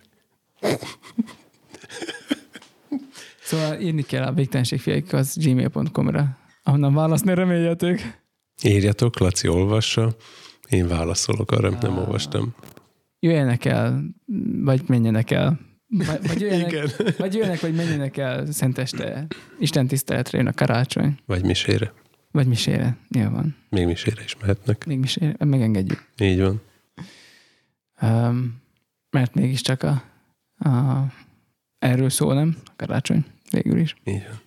Szóval írni kell a végtelenségfiaik az gmail.com-ra, ahonnan választ ne reméljetek. Írjatok, Laci olvassa, én válaszolok arra, amit nem olvastam. Jöjjenek el, vagy menjenek el. Vagy jöjjenek, vagy menjenek el szenteste, Isten tiszteletre jön a karácsony. Vagy misére. Vagy misére, nyilván. Még misére is mehetnek. Még misére, megengedjük. Így van. Mert mégiscsak erről szól, nem? A karácsony végül is. Így van.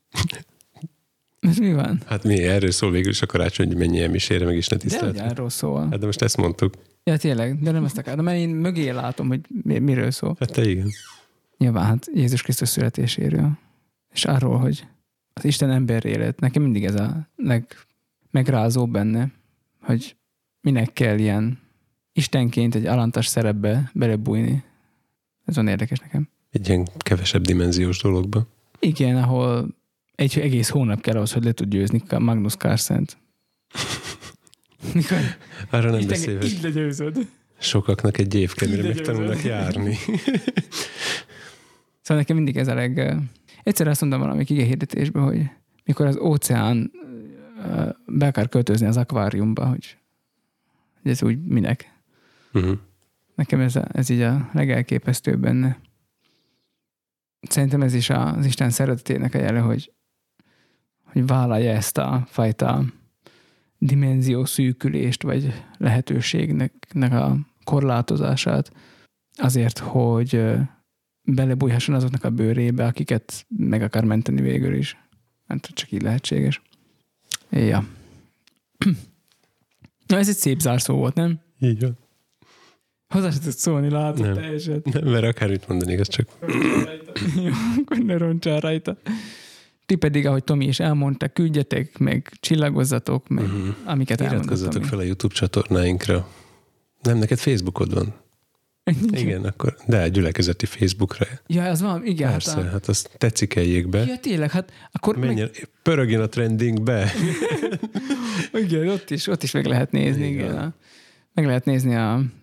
Ez mi van? Hát mi erről szól végül is a karácsony, hogy menjél misére, meg Isten tiszteletre. De erről szól. Hát de most ezt mondtuk. Ja, tényleg, de nem ezt akarom. Mert én mögé látom, hogy miről szól. Hát te igen. Nyilván, hát Jézus Krisztus születéséről. És arról, hogy az Isten emberré lett. Nekem mindig ez a legmegrázóbb benne, hogy minek kell ilyen istenként egy alantas szerepbe belebújni. Ez van érdekes nekem. Egy ilyen kevesebb dimenziós dologba. Igen, ahol egy egész hónap kell ahhoz, hogy le tud győzni Magnus Carlsent. Arra nem beszél, így legyőzöd. Sokaknak egy év kell, mire megtanulnak járni. Szóval nekem mindig ez a egyszer azt mondtam valamik igehirdetésben, hogy mikor az óceán be akar költözni az akváriumba, hogy ez úgy minek. Uh-huh. Nekem ez így a legelképesztőbb benne. Szerintem ez is az Isten szeretetének a jele, hogy vállalja ezt a fajta dimenzió szűkülést, vagy lehetőségnek a korlátozását azért, hogy belebújhasson azoknak a bőrébe, akiket meg akar menteni végül is. Hát csak így lehetséges. Ja. Na, ez egy szép zárszó volt, nem? Így van. Hozzá se tudsz szólni, látod nem. teljesen. Nem, mert akármit mondanék, az csak... Jó, akkor ne roncsál rajta. Ti pedig, ahogy Tomi is elmondta, küldjetek, meg csillagozzatok, meg amiket elmondott. Iratkozzatok fel a YouTube csatornáinkra. Nem, neked Facebookod van? Igen, akkor de gyülekezeti Facebookra. Ja, az van, igen. Persze, hát azt tetszik-eljék be. Ja, tényleg, hát akkor... Pörögjön a trendingbe. Igen, ott is meg lehet nézni, igen. Meg lehet nézni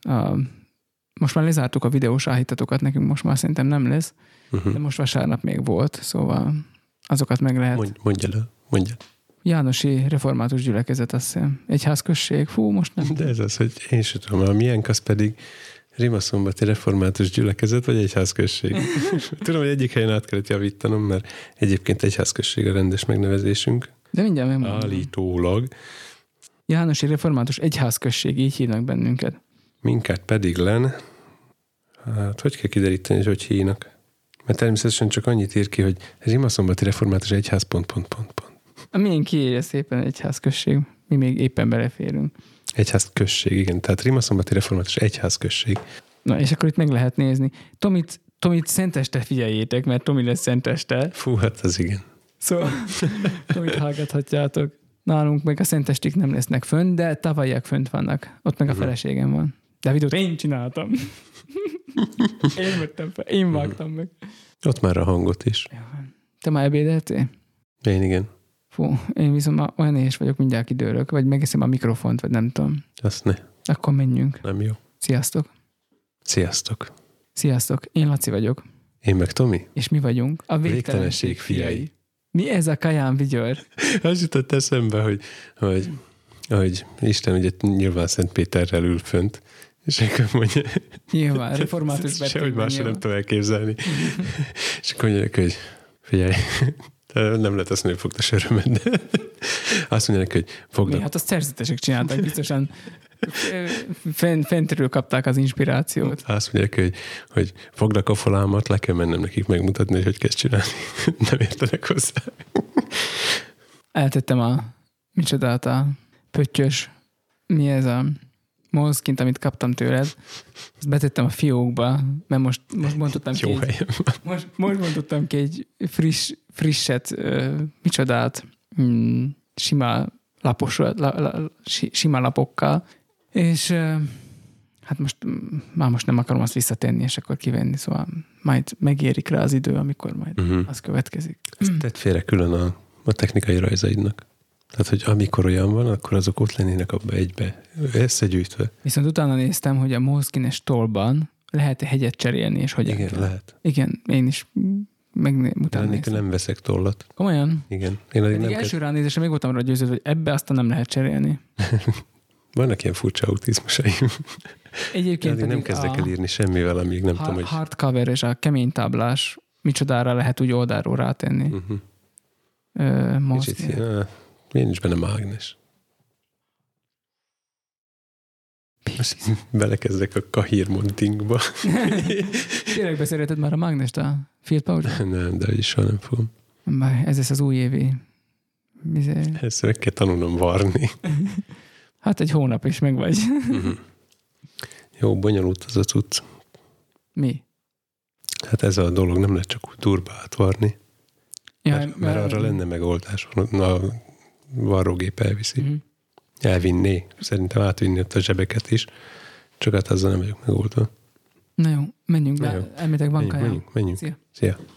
most már lezártuk a videós áhítatokat, nekünk most már szerintem nem lesz, de most vasárnap még volt, szóval azokat meg lehet. Mondja le. Jánosi Református Gyülekezet, azt hiszem. Egyházközség. Fú, most nem. De ez az, hogy én sem tudom, a miénk az pedig Rimaszombathi Református Gyülekezet, vagy egyházközség. Tudom, hogy egyik helyen át kellett javítanom, mert egyébként egyházközség a rendes megnevezésünk. De mindjárt megmondom. Állítólag. Jánosi Református Egyházközség, így hívnak bennünket. Minket pedig len. Hát, hogy kell kideríteni, hogy hívnak? Mert természetesen csak annyit ír ki, hogy Rimaszombathi Református Egyház... A miénk kiírja szépen Egyházközség. Mi még éppen beleférünk. Egyházközség, igen. Tehát Rimaszombathi Református Egyházközség. Na, és akkor itt meg lehet nézni. Tomit szenteste figyeljétek, mert Tomi lesz szenteste. Fú, hát az igen. Szóval Tomit hallgathatjátok. Nálunk meg a szentestik nem lesznek fönn, de tavalyiak fönt vannak. Ott meg a feleségem van. De a videót én csináltam. Én vettem fel. Én vágtam meg. Ott már a hangot is. Te már ebédeltél? Én igen. Fú, én viszont olyan éhes vagyok, mindjárt kidőlök, vagy megeszem a mikrofont, vagy nem tudom. Azt ne. Akkor menjünk. Nem jó. Sziasztok. Sziasztok. Sziasztok. Én Laci vagyok. Én meg Tomi. És mi vagyunk a Végtelenség fiai. Mi ez a Kaján vigyor? Az jutott eszembe, hogy Isten ugye nyilván Szent Péterrel ül fönt, és akkor mondja... Nyilván, református sehogy másra nem tudom elképzelni. És akkor mondja neki, hogy figyelj, nem lehet azt mondani, hogy fogd a sörömet, de azt mondja neki, hogy fogd mi? Hát azt szerzetesek csinálták, biztosan fentről kapták az inspirációt. Azt mondja neki, hogy fogd a kafolámat, le kell mennem nekik megmutatni, hogy kezd csinálni. Nem értenek hozzá. Eltettem a pöttyös, mi ez a Moleskine-t, amit kaptam tőled, azt betettem a fiókba, mert most bontottam ki most bontottam ki egy frisset, micsodát, sima lapokkal, és hát most nem akarom azt visszatenni, és akkor kivenni, szóval majd megérik rá az idő, amikor majd az következik. Ezt tedd félre külön a technikai rajzaidnak. Tehát, hogy amikor olyan van, akkor azok ott lennének abba egybe, összegyűjtve. Viszont utána néztem, hogy a Moleskine-es tollban lehet hegyet cserélni, és hogy... Igen, lehet. Igen, én is utána néztem. Nem veszek tollat. Komolyan? Igen. Első ránézésre még voltam rá győződve, hogy ebbe aztán nem lehet cserélni. Vannak ilyen furcsa autizmusaim. Egyébként nem kezdek el írni semmivel, amíg nem tudom, hogy... Hardcover és a kemény táblás micsodára lehet úgy oldalról rátenni. Kicsit ilyen, nincs benne mágnes. Belekezdek a Kahir Montingba. Tényleg beszélheted már a mágnest a Fiat Pouch-ba? Nem, de is soha nem fogom. Ez lesz az újévi. Ezt meg kell tanulnom varni. Hát egy hónap is meg vagy. Jó, bonyolult az a cucc. Mi? Hát ez a dolog nem lehet csak úgy durva átvarni. Ja, mert arra lenne megoldás. A varrógép elviszi. Elvinné. Szerintem átvinni ott a zsebeket is. Csak hát azzal nem vagyok megoldva. Na jó, menjünk be. Elmétek van kajám. Menjünk. Szia. Szia.